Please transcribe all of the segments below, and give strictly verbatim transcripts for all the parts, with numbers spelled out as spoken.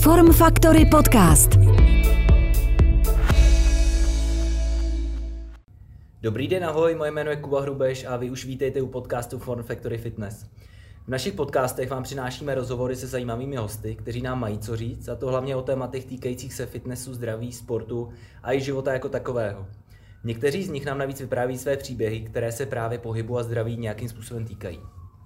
Form Factory Podcast. Dobrý den, ahoj, moje jméno je Kuba Hrubeš a vy už vítejte u podcastu Form Factory Fitness. V našich podcastech vám přinášíme rozhovory se zajímavými hosty, kteří nám mají co říct, a to hlavně o tématech týkajících se fitnessu, zdraví, sportu a i života jako takového. Někteří z nich nám navíc vypráví své příběhy, které se právě pohybu a zdraví nějakým způsobem týkají.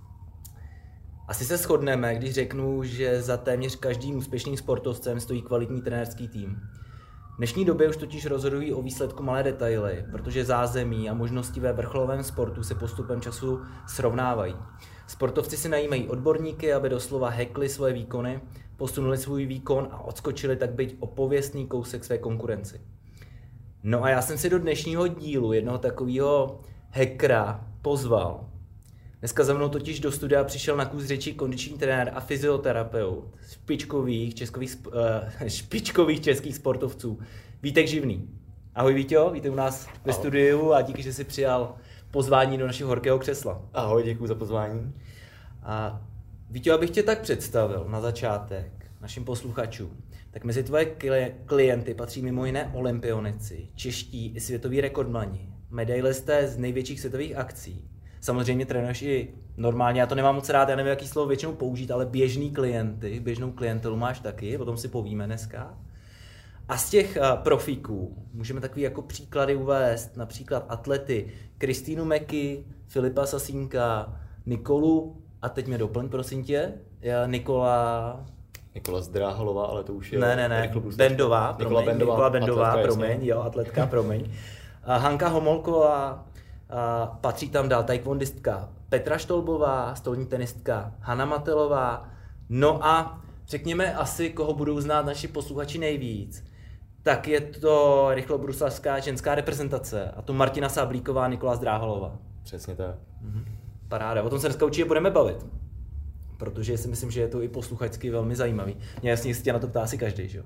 Asi se shodneme, když řeknu, že za téměř každým úspěšným sportovcem stojí kvalitní trenérský tým. V dnešní době už totiž rozhodují o výsledku malé detaily, protože zázemí a možnosti ve vrcholovém sportu se postupem času srovnávají. Sportovci si najímají odborníky, aby doslova hackli svoje výkony, posunuli svůj výkon a odskočili tak byť o pověstný kousek své konkurenci. No a já jsem si do dnešního dílu jednoho takového hackera pozval. Dneska za mnou totiž do studia přišel na kus řeči kondiční trenér a fyzioterapeut špičkových, českových, uh, špičkových českých sportovců Vítek Živný. Ahoj Víťo, vítej u nás ve Ahoj. Studiu a díky, že jsi přijal pozvání do našeho horkého křesla. Ahoj, děkuji za pozvání. A Víťo, abych tě tak představil na začátek našim posluchačům, tak mezi tvoje klienty patří mimo jiné olympionici, čeští i světoví rekordmani, medailisté z největších světových akcí. Samozřejmě trénuješ i normálně, já to nemám moc rád, já nevím, jaký slovo většinou použít, ale běžný klienty, běžnou klientelu máš taky, o tom si povíme dneska. A z těch uh, profíků můžeme takový jako příklady uvést, například atlety Kristýnu Meky, Filipa Sasínka, Nikolu, a teď mě doplň, prosím tě, Nikola... Nikola Zdráhalová, ale to už je... Ne, ne, ne, Bendová, promiň, Nikola Bendová, Nikola Bendová atletka, promiň, jasně. Jo, atletka, promiň. A Hanka Homolková, a patří tam dál taekwondistka Petra Štolbová, stolní tenistka Hana Matelová. No a řekněme asi, koho budou znát naši posluchači nejvíc, tak je to rychlobruslařská ženská reprezentace, a to Martina Sáblíková, Nikola Zdráhalová. Přesně tak. Mhm. Paráda, o tom se dneska určitě budeme bavit, protože si myslím, že je to i posluchačsky velmi zajímavý. Mě jasně se tě na to ptá si každý, že jo?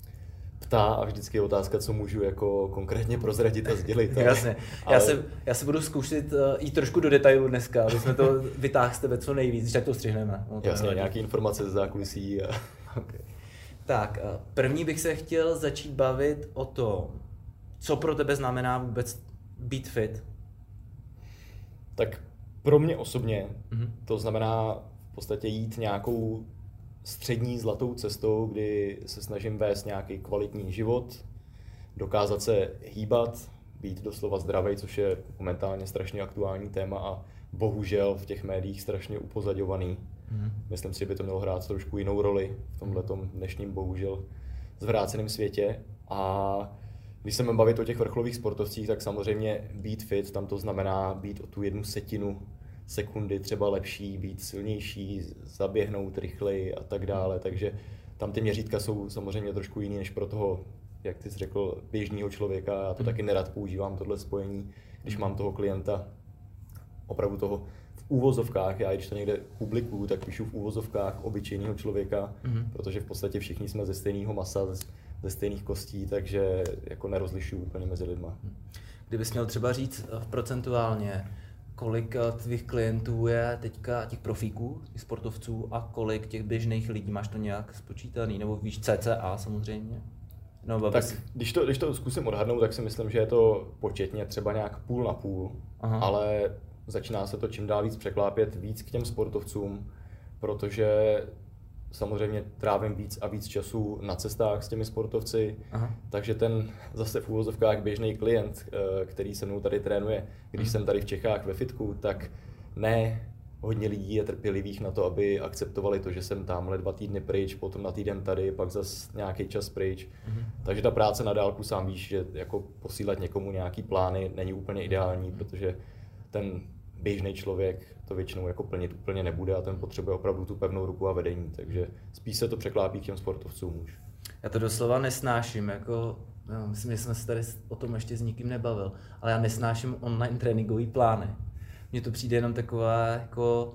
Ptá a vždycky je otázka, co můžu jako konkrétně prozradit a sdělit. Ale, Jasně, ale... já, se, já se budu zkoušet uh, jít trošku do detailu dneska, aby jsme to vytáhli z tebe co nejvíc, tak to střihneme. No, to Jasně, nevadí. Nějaké informace ze zákulisí. A... Okay. Tak, uh, první bych se chtěl začít bavit o tom, co pro tebe znamená vůbec být fit. Tak pro mě osobně mm-hmm. to znamená v podstatě jít nějakou střední zlatou cestou, kdy se snažím vést nějaký kvalitní život, dokázat se hýbat, být doslova zdravý, což je momentálně strašně aktuální téma a bohužel v těch médiích strašně upozaďovaný. Mm. Myslím si, že by to mělo hrát trošku jinou roli v tomhletom dnešním bohužel zvráceném světě. A když se mám bavit o těch vrcholových sportovcích, tak samozřejmě být fit, tam to znamená být o tu jednu setinu sekundy třeba lepší, být silnější, zaběhnout rychleji a tak dále, takže tam ty měřítka jsou samozřejmě trošku jiný než pro toho, jak ty jsi řekl, běžného člověka. Já to taky nerad používám, tohle spojení, když mám toho klienta opravdu toho v úvozovkách, já když to někde publikuju, tak píšu v úvozovkách obyčejného člověka, mm-hmm. protože v podstatě všichni jsme ze stejného masa, ze stejných kostí, takže jako nerozlišuju úplně mezi lidma. Kdybys měl třeba říct procentuálně, kolik tvých klientů je teďka těch profíků, těch sportovců, a kolik těch běžných lidí, máš to nějak spočítaný, nebo víš C C A samozřejmě? No, tak když to, když to zkusím odhadnout, tak si myslím, že je to početně třeba nějak půl na půl, Aha. ale začíná se to čím dál víc překlápět víc k těm sportovcům, protože samozřejmě trávím víc a víc času na cestách s těmi sportovci, Aha. takže ten zase v úvozovkách běžný klient, který se mnou tady trénuje, když Aha. jsem tady v Čechách ve fitku, tak ne hodně lidí je trpělivých na to, aby akceptovali to, že jsem tamhle dva týdny pryč, potom na týden tady, pak zase nějaký čas pryč. Aha. Takže ta práce na dálku, sám víš, že jako posílat někomu nějaký plány není úplně ideální, protože ten běžný člověk to většinou jako plnit úplně nebude a ten potřebuje opravdu tu pevnou ruku a vedení, takže spíš se to překlápí k těm sportovcům už. Já to doslova nesnáším, jako, no, myslím, že jsem se tady o tom ještě s nikým nebavil, ale já nesnáším online tréninkový plány. Mně to přijde jenom taková, jako,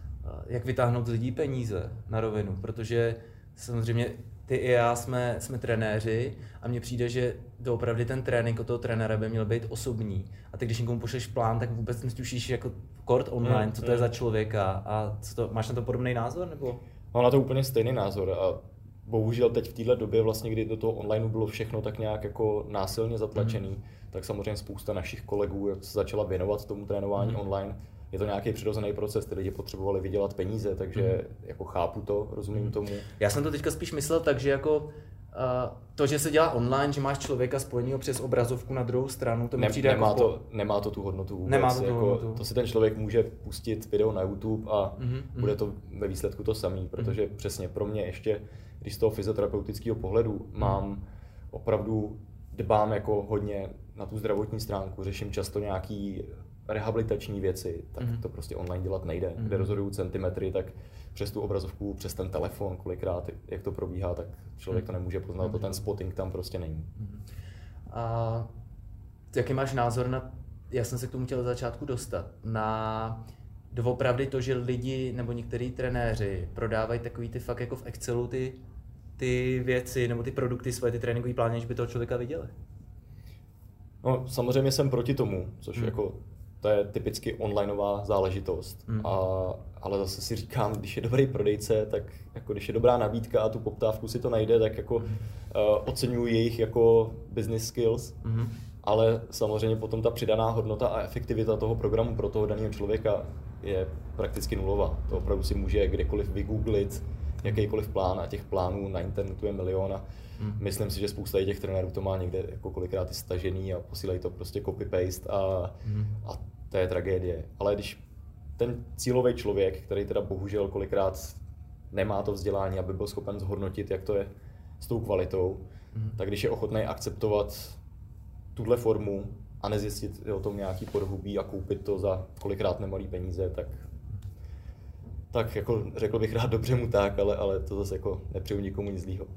jak vytáhnout z lidí peníze na rovinu, protože samozřejmě ty i já jsme, jsme trenéři a mně přijde, že doopravdy ten trénink od toho trenéra by měl být osobní. A ty, když někomu pošleš plán, tak vůbec nestušíš jako kort online, mm, co to mm. je za člověka. A co to, máš na to podobný názor? Nebo? Mám na to úplně stejný názor a bohužel teď v této době, vlastně, kdy do toho online bylo všechno tak nějak jako násilně zatlačený, mm. tak samozřejmě spousta našich kolegů jak se začala věnovat tomu trénování mm. online. Je to nějaký přirozený proces, ty lidi potřebovali vydělat peníze, takže mm. jako chápu to, rozumím mm. tomu. Já jsem to teďka spíš myslel tak, že jako uh, to, že se dělá online, že máš člověka spojeného přes obrazovku na druhou stranu, to mi ne, přijde nemá jako... To, nemá to tu hodnotu vůbec. Nemá to tu jako, hodnotu. To si ten člověk může pustit video na YouTube a mm. bude to ve výsledku to samý, protože mm. přesně pro mě ještě, když z toho fyzioterapeutického pohledu mm. mám opravdu, dbám jako hodně na tu zdravotní stránku, řeším často nějaký rehabilitační věci, tak mm. to prostě online dělat nejde. Mm. Kde rozhodují centimetry, tak přes tu obrazovku, přes ten telefon, kolikrát, jak to probíhá, tak člověk to nemůže poznat, mm. to ten spotting tam prostě není. Mm. A jaký máš názor na, já jsem se k tomu chtěl začátku dostat, na doopravdy to, že lidi nebo některý trenéři prodávají takový ty fakt jako v Excelu ty, ty věci nebo ty produkty svoje, ty tréninkové plány, než by toho člověka viděli? No samozřejmě jsem proti tomu, což mm. jako to je typicky onlineová záležitost, mm. a, ale zase si říkám, když je dobrý prodejce, tak jako když je dobrá nabídka a tu poptávku si to najde, tak jako mm. uh, oceňuji jejich jako business skills, mm. ale samozřejmě potom ta přidaná hodnota a efektivita toho programu pro toho daného člověka je prakticky nulová. To opravdu si může kdekoliv vygooglit jakýkoliv plán a těch plánů na internetu je milion a mm. myslím si, že spousta těch trenérů to má někde jako kolikrát i stažený a posílají to prostě copy-paste a, mm. a to je tragédie. Ale když ten cílový člověk, který teda bohužel kolikrát nemá to vzdělání, aby byl schopen zhodnotit, jak to je s tou kvalitou, mm. tak když je ochotný akceptovat tuhle formu a nezjistit o tom nějaký podhubí a koupit to za kolikrát nemalý peníze, tak tak jako řekl bych rád dobře mu tak, ale, ale to zase jako nepřeju nikomu nic zlýho.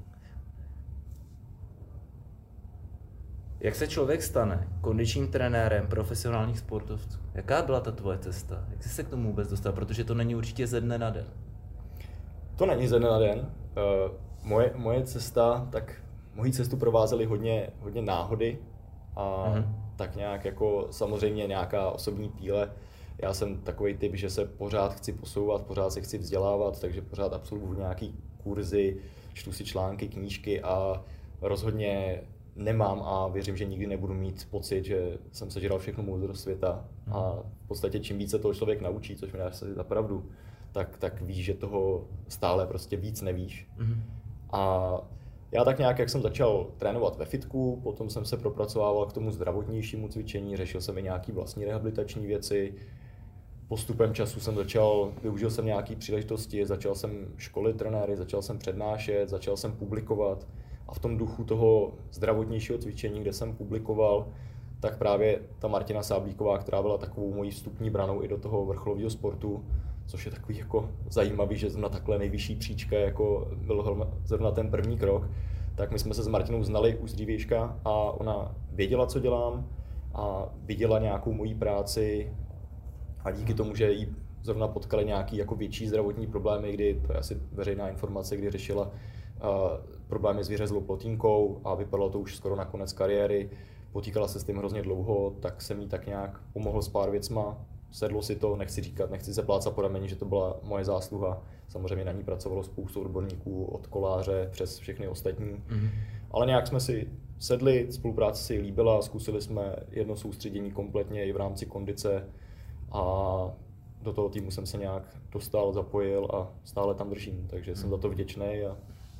Jak se člověk stane kondičním trenérem profesionálních sportovců? Jaká byla ta tvoje cesta? Jak jsi se k tomu vůbec dostal? Protože to není určitě ze dne na den. To není ze dne na den. Uh, moje, moje cesta, tak moji cestu provázely hodně, hodně náhody a uh-huh. tak nějak jako samozřejmě nějaká osobní píle. Já jsem takový typ, že se pořád chci posouvat, pořád se chci vzdělávat, takže pořád absolvuju nějaký kurzy, čtu si články, knížky a rozhodně nemám a věřím, že nikdy nebudu mít pocit, že jsem sežral všechno moudrost světa. A v podstatě čím více toho člověk naučí, což mi dá se za pravdu, tak, tak víš, že toho stále prostě víc nevíš. Mm-hmm. A já tak nějak, jak jsem začal trénovat ve fitku, potom jsem se propracovával k tomu zdravotnějšímu cvičení, řešil jsem i nějaký vlastní rehabilitační věci. Postupem času jsem začal, využil jsem nějaké příležitosti, začal jsem školit trenéry, začal jsem přednášet, začal jsem publikovat. A v tom duchu toho zdravotnějšího cvičení, kde jsem publikoval, tak právě ta Martina Sáblíková, která byla takovou mojí vstupní branou i do toho vrcholového sportu, což je takový jako zajímavý, že zrovna takhle nejvyšší příčka jako byl zrovna ten první krok, tak my jsme se s Martinou znali už z dřívějška a ona věděla, co dělám a viděla nějakou mojí práci a díky tomu, že jí zrovna potkali nějaký jako větší zdravotní problémy, kdy to je asi veřejná informace, kdy řešila uh, problémy s vyřezlou plotínkou a vypadalo to už skoro na konec kariéry, potýkala se s tím hrozně dlouho, tak jsem jí tak nějak pomohl s pár věcma. Sedlo si to, nechci říkat, nechci se plácat po rameni, že to byla moje zásluha. Samozřejmě na ní pracovalo spoustu odborníků, od koláře přes všechny ostatní. Mm-hmm. Ale nějak jsme si sedli, spolupráce si líbila, zkusili jsme jedno soustředění kompletně i v rámci kondice a do toho týmu jsem se nějak dostal, zapojil a stále tam držím, takže mm-hmm. jsem za to vděčný. A...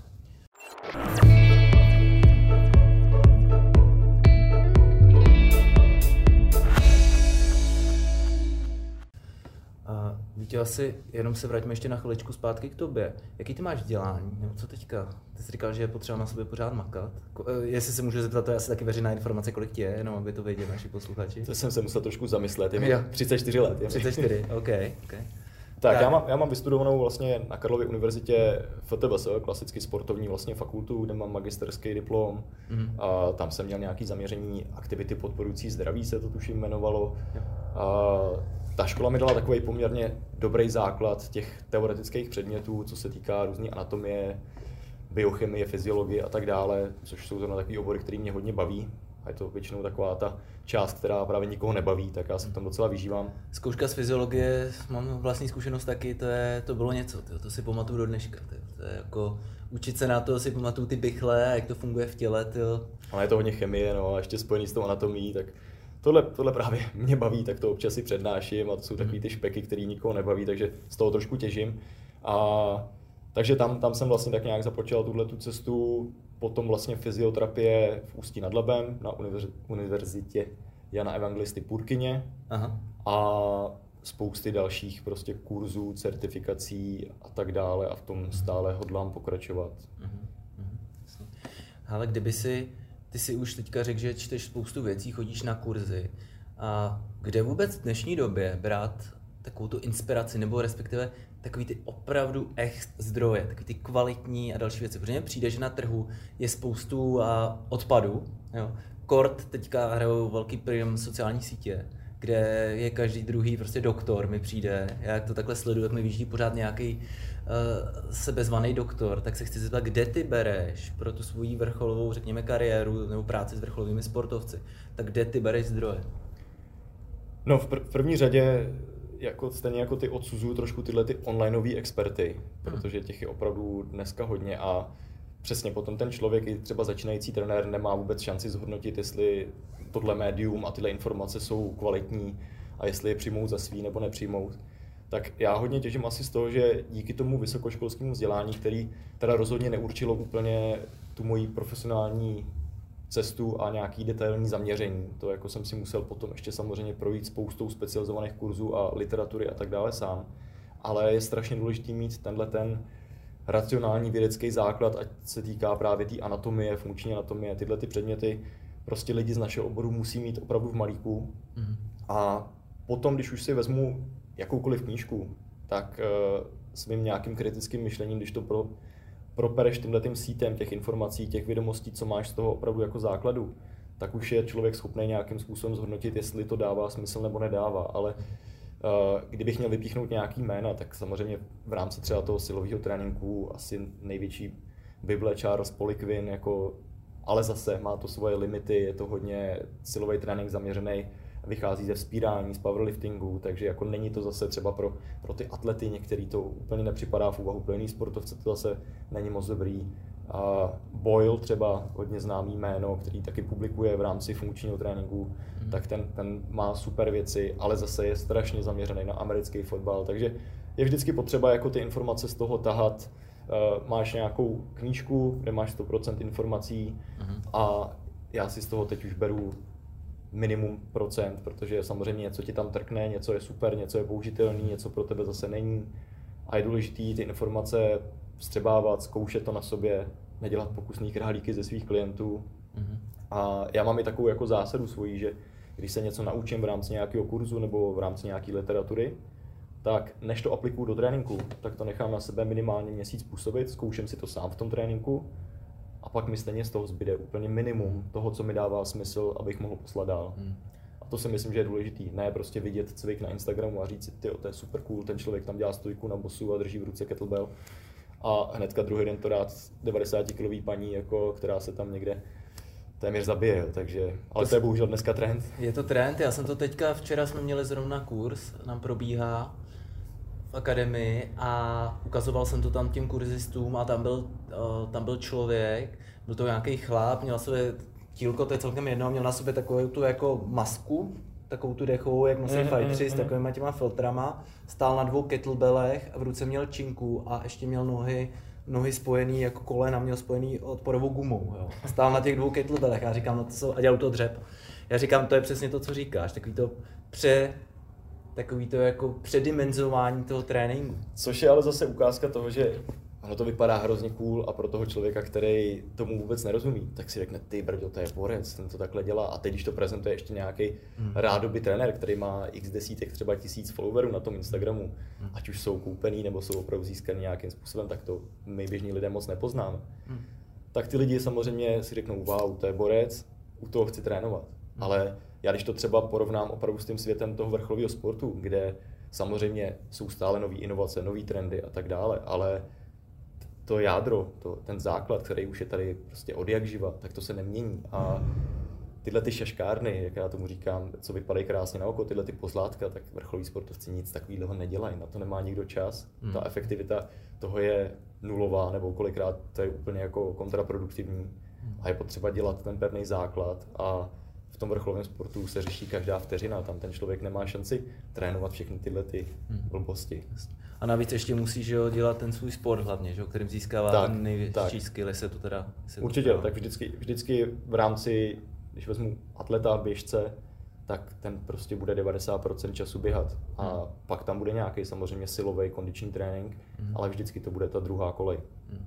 A Víte, asi jenom se vraťme ještě na chviličku zpátky k tobě. Jaký ty máš vzdělání? Nebo co teďka? Ty jsi říkal, že je potřeba na sobě pořád makat. Jestli se můžu zeptat, to je asi taky veřejná informace, kolik ti je, jenom aby to věděli naši posluchači. To jsem se musel trošku zamyslet, je mi třicet čtyři let. Je třicet čtyři, ok. okay. Tak, tak. Já, mám, já mám vystudovanou vlastně na Karlově univerzitě F T V S, klasicky sportovní vlastně fakultu, kde mám magisterský diplom. Mm. A tam jsem měl nějaké zaměření aktivity podporující zdraví, se to tuším jmenovalo. A ta škola mi dala takový poměrně dobrý základ těch teoretických předmětů, co se týká různé anatomie, biochemie, fyziologie a tak dále, což jsou zrovna takový obory, které mě hodně baví. A je to většinou taková ta část, která právě nikoho nebaví, tak já se v tom docela vyžívám. Zkouška z fyziologie, mám vlastní zkušenost taky, to, je, to bylo něco, tyjo, to si pamatuju do dneška. Tyjo, to je jako učit se na to, si pamatuju ty bychle, jak to funguje v těle. Tyjo. Ale je to hodně chemie, no, a ještě spojený s tou anatomií, tak tohle, tohle právě mě baví, tak to občas si přednáším a to jsou takový ty špeky, který nikoho nebaví, takže z toho trošku těžím. A takže tam, tam jsem vlastně tak nějak započal tuhle tu cestu, potom vlastně fyzioterapie v Ústí nad Labem na univerzitě Jana Evangelisty Purkyně. Aha. A spousty dalších prostě kurzů, certifikací a tak dále a v tom stále hodlám pokračovat. Uh-huh. Ale kdyby si, ty si už teďka řekl, že čteš spoustu věcí, chodíš na kurzy a kde vůbec v dnešní době brát takovou tu inspiraci nebo respektive takový ty opravdu echt zdroje, takový ty kvalitní a další věci. Protože mně přijde, že na trhu je spoustu uh, odpadů. Jo. Kort teďka hrajou velký prim sociální sítě, kde je každý druhý prostě doktor, mi přijde. Já jak to takhle sleduju, jak mi vyjíždí pořád nějaký uh, sebezvaný doktor, tak se chci zeptat, kde ty bereš pro tu svoji vrcholovou, řekněme, kariéru nebo práci s vrcholovými sportovci, tak kde ty bereš zdroje? No v, pr- v první řadě jako, stejně jako ty odsuzuju trošku tyhle ty onlineový experty, protože těch je opravdu dneska hodně a přesně potom ten člověk, i třeba začínající trenér, nemá vůbec šanci zhodnotit, jestli tohle médium a tyhle informace jsou kvalitní a jestli je přijmout za svý nebo nepřijmout. Tak já hodně těžím asi z toho, že díky tomu vysokoškolskému vzdělání, který teda rozhodně neurčilo úplně tu moji profesionální cestu a nějaký detailní zaměření. To jako jsem si musel potom ještě samozřejmě projít spoustou specializovaných kurzů a literatury a tak dále sám. Ale je strašně důležité mít tenhle ten racionální vědecký základ, ať se týká právě té anatomie, funkční anatomie, tyhle ty předměty, prostě lidi z našeho oboru musí mít opravdu v malíku. Mm. A potom, když už si vezmu jakoukoliv knížku, tak uh, svým nějakým kritickým myšlením, když to pro, propereš tímhletým sítem těch informací, těch vědomostí, co máš z toho opravdu jako základu, tak už je člověk schopný nějakým způsobem zhodnotit, jestli to dává smysl nebo nedává. Ale uh, kdybych měl vypíchnout nějaký jména, tak samozřejmě v rámci třeba toho silového tréninku asi největší bible Charles Poliquin, jako, ale zase má to svoje limity, je to hodně silový trénink zaměřený, vychází ze vzpírání, z powerliftingu, takže jako není to zase třeba pro, pro ty atlety, některý to úplně nepřipadá v úvahu, pro jiný sportovce to zase není moc dobrý. A Boyle třeba, hodně známý jméno, který taky publikuje v rámci funkčního tréninku, mm. tak ten, ten má super věci, ale zase je strašně zaměřený na americký fotbal, takže je vždycky potřeba jako ty informace z toho tahat. Uh, máš nějakou knížku, kde máš sto procent informací mm. a já si z toho teď už beru minimum procent, protože samozřejmě něco ti tam trkne, něco je super, něco je použitelný, něco pro tebe zase není. A je důležité ty informace vstřebávat, zkoušet to na sobě, nedělat pokusný králíky ze svých klientů. Mm-hmm. A já mám i takovou jako zásadu svoji, že když se něco naučím v rámci nějakého kurzu nebo v rámci nějaké literatury, tak než to aplikuju do tréninku, tak to nechám na sebe minimálně měsíc působit, zkouším si to sám v tom tréninku a pak mi stejně z toho zbyde úplně minimum toho, co mi dává smysl, abych mohl poslat dál. Mm. A to si myslím, že je důležitý. Ne prostě vidět cvik na Instagramu a říct si, tyjo, to je super cool, ten člověk tam dělá stojku na bosu a drží v ruce kettlebell. A hnedka druhý den to dát devadesátikilový paní, jako, která se tam někde téměř zabije, takže, ale to, to je bohužel dneska trend. Je to trend, já jsem to teďka, včera jsme měli zrovna kurz, nám probíhá v akademii a ukazoval jsem to tam těm kurzistům a tam byl, uh, tam byl člověk, byl to nějaký chlap, měl na sobě tílko, to je celkem jedno, měl na sobě takovou tu jako masku, takovou tu dechovou, jak nosí mm, fightři, mm, s takovýma těma filtrama, stál na dvou kettlebellech a v ruce měl činku a ještě měl nohy, nohy spojený jako kolena, měl spojený odporovou gumou, jo. Stál na těch dvou kettlebellech, já říkám, no to jsou, a dělal to dřep. Já říkám, to je přesně to, co říkáš, takový to pře, takový to jako předimenzování toho tréninku. Což je ale zase ukázka toho, že ono to vypadá hrozně cool a pro toho člověka, který tomu vůbec nerozumí, tak si řekne, ty brďo, to je borec, ten to takhle dělá. A teď, když to prezentuje ještě nějaký hmm. rádoby trenér, který má x desítek, třeba tisíc followerů na tom Instagramu, hmm. ať už jsou koupený nebo jsou opravdu získaný nějakým způsobem, tak to my běžní lidé moc nepoznáme. Hmm. Tak ty lidi samozřejmě si řeknou, wow, to je borec, u toho chci trénovat. Hmm. Ale já když to třeba porovnám opravdu s tím světem toho vrcholového sportu, kde samozřejmě jsou stále nové inovace, nové trendy a tak dále, ale to jádro, to, ten základ, který už je tady prostě od jak živa, tak to se nemění. A tyhle ty šaškárny, jak já tomu říkám, co vypadají krásně na oko, tyhle ty pozlátka, tak vrcholoví sportovci nic takového nedělají, na to nemá nikdo čas. Hmm. Ta efektivita toho je nulová, nebo kolikrát to je úplně jako kontraproduktivní. Hmm. A je potřeba dělat ten pevný základ a v tom vrcholovém sportu se řeší každá vteřina, tam ten člověk nemá šanci trénovat všechny tyhle ty hmm. blbosti. A navíc ještě musí, že jo, dělat ten svůj sport hlavně, že jo, kterým získává tak, ten největší skill, jestli to teda... Určitě, tak vždycky, vždycky v rámci, když vezmu atleta, běžce, tak ten prostě bude devadesát procent času běhat. A hmm. pak tam bude nějaký samozřejmě silový kondiční trénink, hmm. ale vždycky to bude ta druhá kolej. Hmm.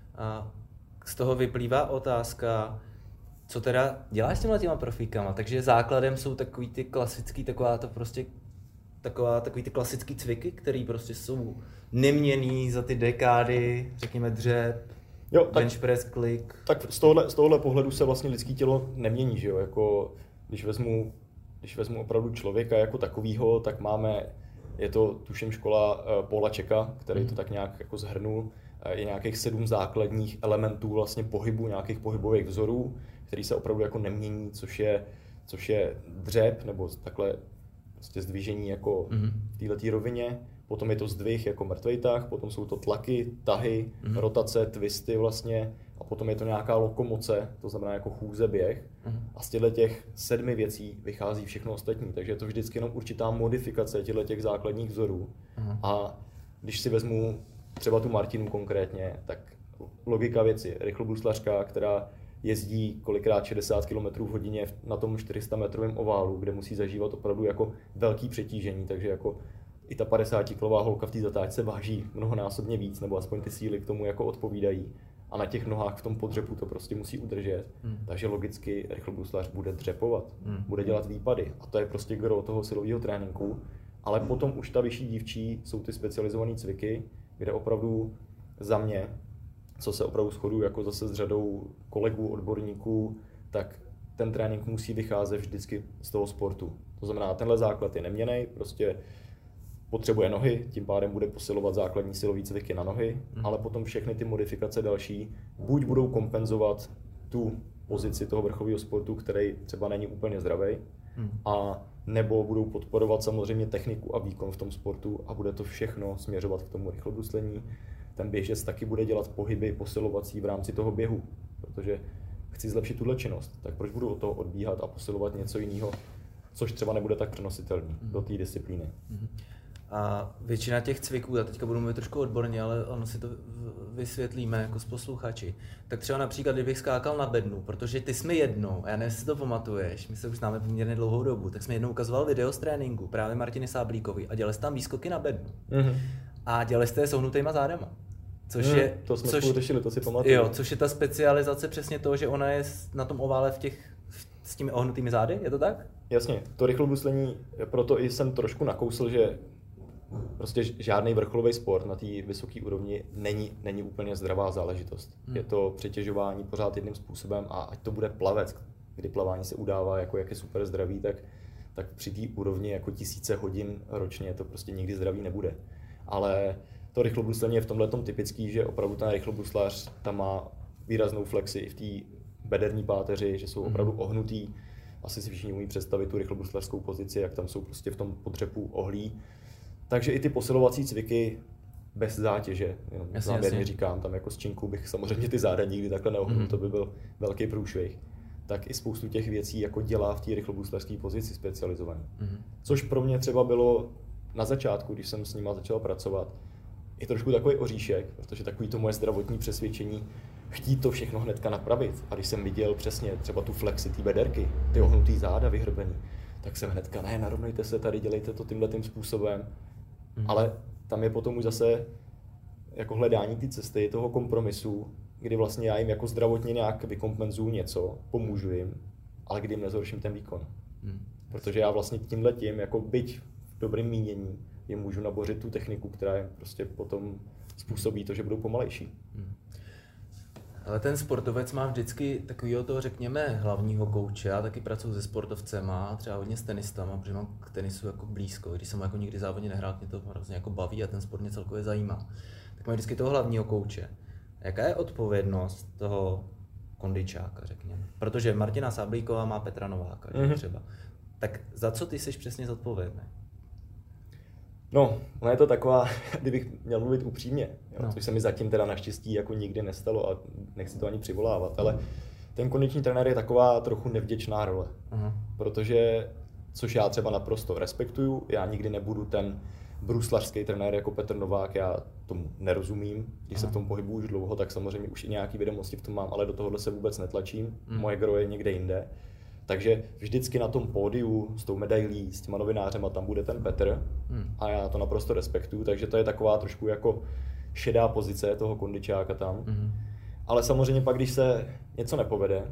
A z toho vyplývá otázka, co teda děláš s těma těma profíkama? Takže základem jsou takový ty klasický, taková to prostě Taková, takový ty klasický cviky, které prostě jsou neměnný za ty dekády, řekněme dřep, jo, tak, bench press, klik. Tak z tohohle, z tohohle pohledu se vlastně lidský tělo nemění, že jo? Jako, když vezmu, když vezmu opravdu člověka jako takovýho, tak máme, je to tuším škola uh, Paula Čeka, který mm. to tak nějak jako zhrnul, uh, je nějakých sedm základních elementů vlastně pohybu, nějakých pohybových vzorů, který se opravdu jako nemění, což je, což je dřep, nebo takhle prostě zdvižení jako mm-hmm. v této rovině, potom je to zdvih jako mrtvej tah, potom jsou to tlaky, tahy, mm-hmm. rotace, twisty vlastně a potom je to nějaká lokomoce, to znamená jako chůze, běh mm-hmm. a z těchto těch sedmi věcí vychází všechno ostatní, takže je to vždycky jenom určitá modifikace těchto těch základních vzorů mm-hmm. a když si vezmu třeba tu Martinu konkrétně, tak logika věci, rychlobruslařka, která jezdí kolikrát šedesát kilometrů v hodině na tom čtyři sta metrovém oválu, kde musí zažívat opravdu jako velký přetížení, takže jako i ta padesátikilová holka v té zatáčce váží mnohonásobně víc, nebo aspoň ty síly k tomu jako odpovídají a na těch nohách v tom podřepu to prostě musí udržet, hmm. takže logicky rychlobruslař bude dřepovat, hmm. bude dělat výpady a to je prostě gro toho silového tréninku, ale potom už ta vyšší dívčí jsou ty specializované cviky, kde opravdu za mě, co se opravdu shoduju jako zase s řadou kolegů, odborníků, tak ten trénink musí vycházet vždycky z toho sportu. To znamená, tenhle základ je neměnný, prostě potřebuje nohy, tím pádem bude posilovat základní silový cviky na nohy, mm. ale potom všechny ty modifikace další buď budou kompenzovat tu pozici toho vrcholového sportu, který třeba není úplně zdravý, mm. a nebo budou podporovat samozřejmě techniku a výkon v tom sportu a bude to všechno směřovat k tomu rychlobruslení. Ten běžec taky bude dělat pohyby posilovací v rámci toho běhu, protože chci zlepšit tuhle činnost, tak proč budu od toho odbíhat a posilovat něco jiného, což třeba nebude tak přenositelný mm. do té disciplíny. Mm. A většina těch cviků, já teďka budu mluvit trošku odborně, ale ono si to vysvětlíme jako s posluchači. Tak třeba například, kdybych skákal na bednu, protože ty jsi mi jednou, a já nevím, jestli si to pamatuješ, my se už známe poměrně dlouhou dobu, tak jsi mi jednou ukazoval video z tréninku právě Martiny Sáblíkový a dělali jsi tam výskoky na bednu. Mm-hmm. A dělali jste je s ohnutýma zádama. Což mm, je, to jsme což, spolu řešili, to si pamatuju. Jo, což je ta specializace přesně toho, že ona je na tom ovále v těch, s těmi ohnutými zády, je to tak? Jasně, to rychlobruslení, proto i jsem trošku nakousl, že prostě žádný vrcholový sport na té vysoké úrovni není, není úplně zdravá záležitost. Hmm. Je to přetěžování pořád jedním způsobem a ať to bude plavec, kdy plavání se udává jako jak je super zdravý, tak, tak při té úrovni jako tisíce hodin ročně to prostě nikdy zdravý nebude. Ale to rychlobruslení je v tomhle tom typický, že opravdu ten rychlobruslař tam má výraznou flexi i v té bederní páteři, že jsou opravdu ohnutý. Asi si všichni umí představit tu rychlobruslařskou pozici, jak tam jsou prostě v tom podřepu ohlí. Takže i ty posilovací cviky bez zátěže, jenom jasně, záměrně jasně. říkám, tam jako s činkou bych samozřejmě ty záda nikdy takhle neohnul, mm. to by byl velký průšvih. Tak i spoustu těch věcí jako dělá v té rychlobruslařské pozici specializovaný. Mm. Což pro mě třeba bylo na začátku, když jsem s nima začal pracovat, i trošku takový oříšek, protože takový to moje zdravotní přesvědčení, chtít to všechno hnedka napravit. A když jsem viděl přesně třeba tu flexi té bederky, ty ohnutý záda vyhrbený, tak jsem hnedka, ne, narovnejte se tady, dělejte to tímhle tím způsobem. Mm. Ale tam je potom už zase jako hledání ty cesty, toho kompromisu, kdy vlastně já jim jako zdravotně nějak vykompenzuju něco, pomůžu jim, ale kdy jim nezhorším ten výkon. Mm. Protože já vlastně tímhletím, jako byť v dobrém mínění, jim můžu nabořit tu techniku, která jim prostě potom způsobí to, že budou pomalejší. Mm. Ale ten sportovec má vždycky takového toho, řekněme, hlavního kouče. Já taky pracuji se sportovcema, třeba hodně s tenistama, protože mám k tenisu jako blízko. Když jsem jako nikdy závodně nehrál, mě to hrozně jako baví a ten sport mě celkově zajímá. Tak mám vždycky toho hlavního kouče. Jaká je odpovědnost toho kondičáka, řekněme. Protože Martina Sáblíková má Petra Nováka, mm-hmm. třeba. Tak za co ty jsi přesně zodpovědný? No, ona je to taková, kdybych měl mluvit upřímně, jo, no. což se mi zatím teda naštěstí jako nikdy nestalo a nechci to ani přivolávat, ale ten kondiční trenér je taková trochu nevděčná role, uh-huh. protože, což já třeba naprosto respektuju, já nikdy nebudu ten bruslařský trenér jako Petr Novák, já tomu nerozumím, když uh-huh. se v tom pohybuju už dlouho, tak samozřejmě už i nějaké vědomosti v tom mám, ale do tohohle se vůbec netlačím, uh-huh. moje gro je někde jinde. Takže vždycky na tom pódiu s tou medailí, s těma novinářema, tam bude ten Petr hmm. a já to naprosto respektuju, takže to je taková trošku jako šedá pozice toho kondičáka tam. Hmm. Ale samozřejmě pak, když se něco nepovede,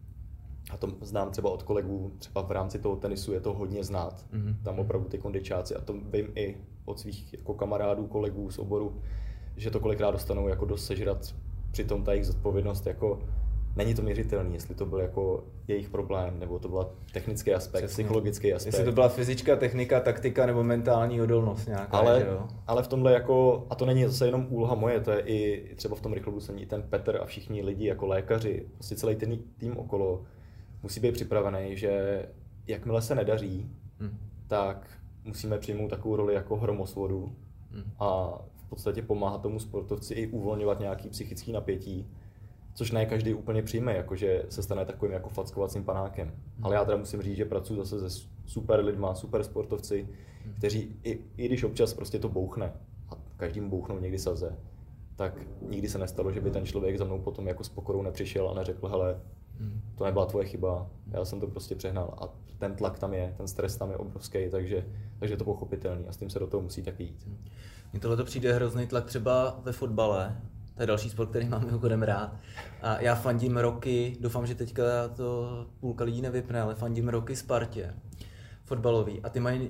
a to znám třeba od kolegů, třeba v rámci toho tenisu je to hodně znát, hmm. tam opravdu ty kondičáci, a to vím i od svých jako kamarádů, kolegů z oboru, že to kolikrát dostanou jako dost sežrat, přitom ta jejich zodpovědnost jako není to měřitelný, jestli to byl jako jejich problém, nebo to byl technický aspekt, přesně. Psychologický aspekt. Jestli to byla fyzická, technika, taktika nebo mentální odolnost nějaká. Ale, že jo? ale v tomhle jako, a to není zase jenom úloha moje, to je i třeba v tom rychlobruslení, i ten Petr a všichni lidi jako lékaři, prostě celý ten tým okolo musí být připravený, že jakmile se nedaří, hmm. tak musíme přijmout takovou roli jako hromosvodu hmm. a v podstatě pomáhat tomu sportovci i uvolňovat nějaký psychický napětí. Což ne každý úplně přijme, jakože se stane takovým jako fackovacím panákem. Hmm. Ale já teda musím říct, že pracuji zase se super lidma, super sportovci, hmm. kteří i, i když občas prostě to bouchne, a každým bouchnou někdy saze, tak nikdy se nestalo, že by ten člověk za mnou potom jako s pokorou nepřišel a neřekl, hele, hmm. to nebyla tvoje chyba, já jsem to prostě přehnal. A ten tlak tam je, ten stres tam je obrovský, takže, takže je to pochopitelný a s tím se do toho musí taky jít. Mně tohle to přijde hrozný tlak třeba ve fotbale. To je další sport, který mám mimochodem rád. A já fandím roky, doufám, že teďka to půlka lidí nevypne, ale fandím roky Spartě, fotbalový. A ty mají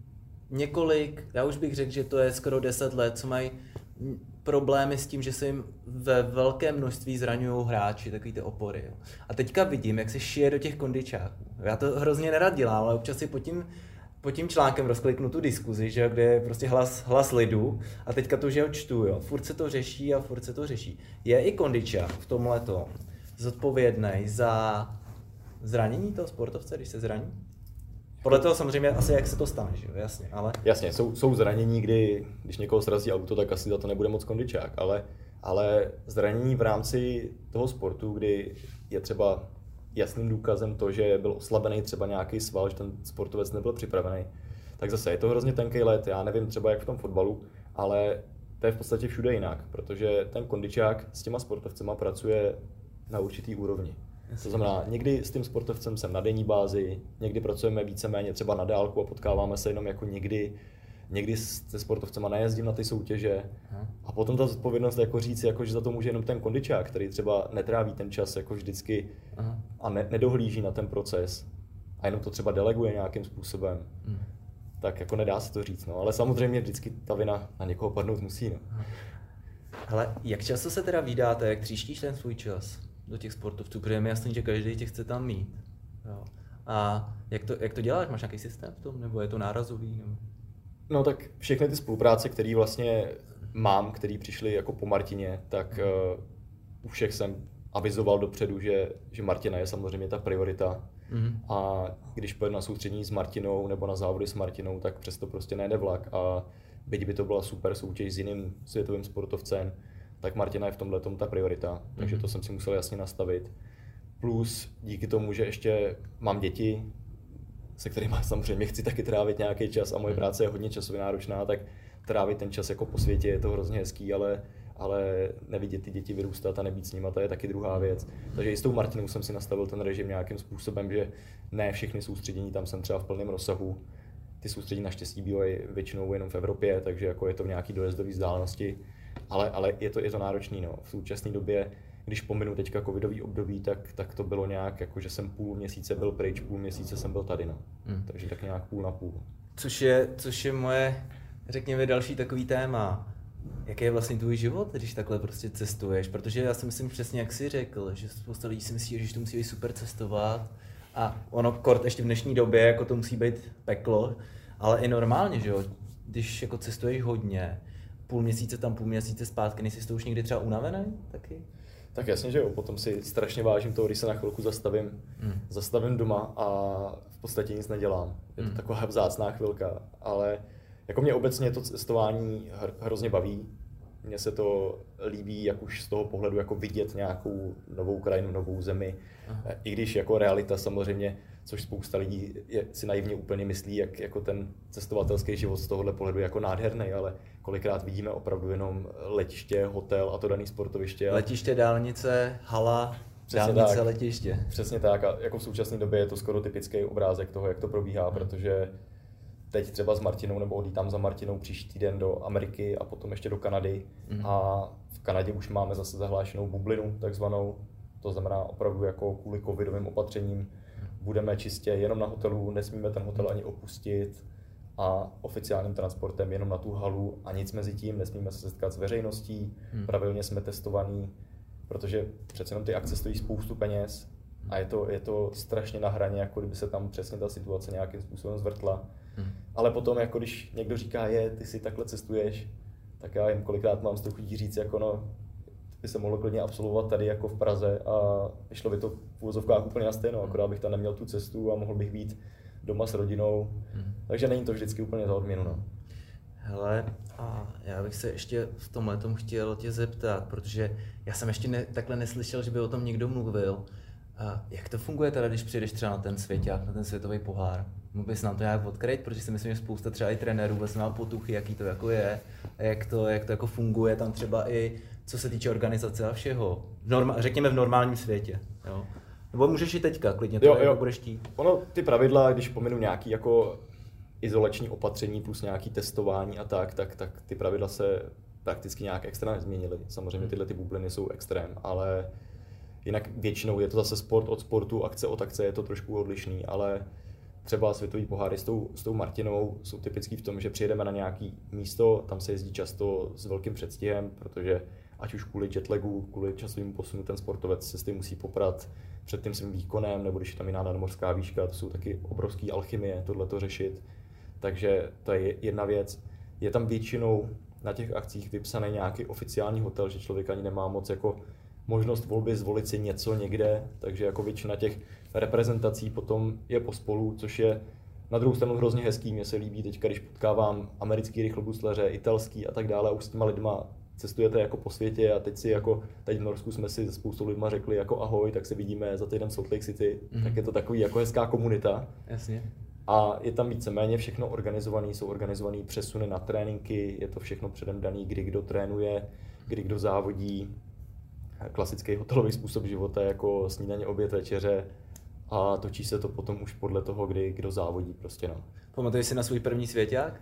několik, já už bych řekl, že to je skoro deset let, co mají problémy s tím, že se jim ve velkém množství zraňují hráči, takový ty opory. Jo. A teďka vidím, jak se šije do těch kondičáků. Já to hrozně nerad dělám, ale občas si pod tím pod tím článkem rozkliknu tu diskuzi, že, kde je prostě hlas, hlas lidu a teďka to, že ho čtu, jo. Furt se to řeší a furt se to řeší. Je i kondičák v tomhletom zodpovědný za zranění toho sportovce, když se zraní? Podle toho samozřejmě asi jak se to stane, že jo, jasně, ale... Jasně, jsou, jsou zranění, kdy když někoho srazí auto, tak asi za to nebude moc kondičák, ale, ale zranění v rámci toho sportu, kdy je třeba jasným důkazem to, že byl oslabený třeba nějaký sval, že ten sportovec nebyl připravený, tak zase je to hrozně tenký led, já nevím třeba jak v tom fotbalu, ale to je v podstatě všude jinak, protože ten kondičák s těma sportovcema pracuje na určitý úrovni. To znamená, někdy s tím sportovcem jsem na denní bázi, někdy pracujeme víceméně třeba na dálku a potkáváme se jenom jako někdy, někdy se sportovcema nejezdím na ty soutěže a potom ta zodpovědnost jako říct, jako, že za to může jenom ten kondičák, který třeba netráví ten čas jako vždycky Aha. a ne, nedohlíží na ten proces a jenom to třeba deleguje nějakým způsobem, hmm. tak jako nedá se to říct, no. Ale samozřejmě vždycky ta vina na někoho padnout musí. No. Hele, jak často se teda vídáte, jak tříštíš ten svůj čas do těch sportovců, protože je mi jasný, že každý tě chce tam mít. Jo. A jak to, jak to děláš? Máš nějaký systém v tom, nebo je to nárazový? Nebo... No tak všechny ty spolupráce, které vlastně mám, které přišly jako po Martině, tak uh, u všech jsem avizoval dopředu, že, že Martina je samozřejmě ta priorita. Mm-hmm. A když pojedu na soustředění s Martinou nebo na závody s Martinou, tak přesto prostě nejde vlak. A byť by to byla super soutěž s jiným světovým sportovcem, tak Martina je v tomhletom ta priorita. Mm-hmm. Takže to jsem si musel jasně nastavit. Plus díky tomu, že ještě mám děti, se kterými samozřejmě chci taky trávit nějaký čas a moje práce je hodně časově náročná, tak trávit ten čas jako po světě je to hrozně hezký, ale, ale nevidět ty děti vyrůstat a nebýt s nima, to je taky druhá věc. Takže i s tou Martinou jsem si nastavil ten režim nějakým způsobem, že ne všechny soustředění tam jsem třeba v plném rozsahu. Ty soustředění naštěstí bývají většinou jenom v Evropě, takže jako je to v nějaký dojezdové vzdálenosti, ale, ale je to, je to náročný. No. V současné době, když pominu teďka covidový období, tak, tak to bylo nějak, jako že jsem půl měsíce byl pryč, půl měsíce jsem byl tady. No. Hmm. Takže tak nějak půl na půl. Což je, což je moje, řekněme, další takový téma. Jaký je vlastně tvůj život, když takhle prostě cestuješ? Protože já si myslím přesně, jak jsi řekl, že spousta lidí si myslí, že to musí být super cestovat. A ono kort ještě v dnešní době, jako to musí být peklo, ale i normálně, že jo? Když jako cestuješ hodně, půl měsíce tam, půl měsíce zpátky, nejsi to už někdy třeba unavený taky? Tak jasně, že jo, potom si strašně vážím toho, když se na chvilku zastavím, mm. zastavím doma a v podstatě nic nedělám. Je to mm. taková vzácná chvilka, ale jako mě obecně to cestování hrozně baví. Mně se to líbí, jak už z toho pohledu jako vidět nějakou novou krajinu, novou zemi. Aha. I když jako realita samozřejmě, což spousta lidí je, si naivně úplně myslí, jak jako ten cestovatelský život z tohohle pohledu jako nádherný, ale kolikrát vidíme opravdu jenom letiště, hotel a to daný sportoviště. Letiště, dálnice, hala, přesně dálnice, tak, letiště. Přesně tak a jako v současné době je to skoro typický obrázek toho, jak to probíhá, hmm. protože teď třeba s Martinou nebo odlítám za Martinou příští týden do Ameriky a potom ještě do Kanady. Mm. A v Kanadě už máme zase zahlášenou bublinu takzvanou. To znamená opravdu jako kvůli covidovým opatřením budeme čistě jenom na hotelu, nesmíme ten hotel ani opustit a oficiálním transportem jenom na tu halu a nic mezi tím, nesmíme se setkat s veřejností, mm. pravidelně jsme testovaní, protože přece jenom ty akce stojí spoustu peněz a je to, je to strašně na hraně, jako kdyby se tam přesně ta situace nějakým způsobem zvrtla. Hmm. Ale potom, jako když někdo říká, je, ty si takhle cestuješ, tak já jim kolikrát mám z toho chutí říct, jako no, by se mohlo klidně absolvovat tady jako v Praze a vyšlo by to v úvozovkách úplně na stejno, akorát bych tam neměl tu cestu a mohl bych být doma s rodinou, hmm. takže není to vždycky úplně za odměnu. No. Hele, a já bych se ještě v tomhle tom chtěl tě zeptat, protože já jsem ještě ne, takhle neslyšel, že by o tom někdo mluvil. A jak to funguje teda, když přijdeš třeba na ten svěťák, na ten světový pohár? Mohl bys nám to nějak odkryt, protože si myslím, že spousta třeba i trenérů vůbec má potuchy, jaký to jako je, a jak to, jak to jako funguje tam třeba i co se týče organizace a všeho. Norma, řekněme v normálním světě. Jo? Nebo můžeš i teďka, klidně to jo, jako budeš chtít. Ono, ty pravidla, když pominu nějaký jako izolační opatření plus nějaký testování a tak, tak, tak ty pravidla se prakticky nějak extra nezměnily. Samozřejmě tyhle ty bubliny jsou extrém, ale jinak většinou je to zase sport od sportu, akce od akce, je to trošku odlišný, ale třeba světový poháry s tou, s tou Martinou jsou typický v tom, že přijedeme na nějaký místo, tam se jezdí často s velkým předstihem, protože ať už kvůli jetlagu, kvůli časovému posunu ten sportovec se s tím musí poprat před tím svým výkonem, nebo když je tam jiná nadmořská výška, to jsou taky obrovský alchymie, tohleto řešit. Takže to je jedna věc. Je tam většinou na těch akcích vypsaný nějaký oficiální hotel, že člověk ani nemá moc jako možnost volby zvolit si něco někde, takže jako většina těch reprezentací potom je pospolu, což je na druhou stranu hrozně hezký. Mně se líbí teď, když potkávám americký rychlobruslaře, italský a tak dále, a už s těma lidma cestujete jako po světě a teď si jako, teď v Norsku jsme si se spoustou lidma řekli jako ahoj, tak se vidíme za týden v Salt Lake City, mm-hmm. tak je to takový jako hezká komunita. Jasně. A je tam víceméně všechno organizované, jsou organizované přesuny na tréninky, je to všechno předem daný, kdy kdo trénuje, kdy kdo závodí. Klasický hotelový způsob života jako snídaně, oběd, večeře a točí se to potom už podle toho, kdy kdo závodí prostě, no. Pamatuješ si na svůj první svěťák?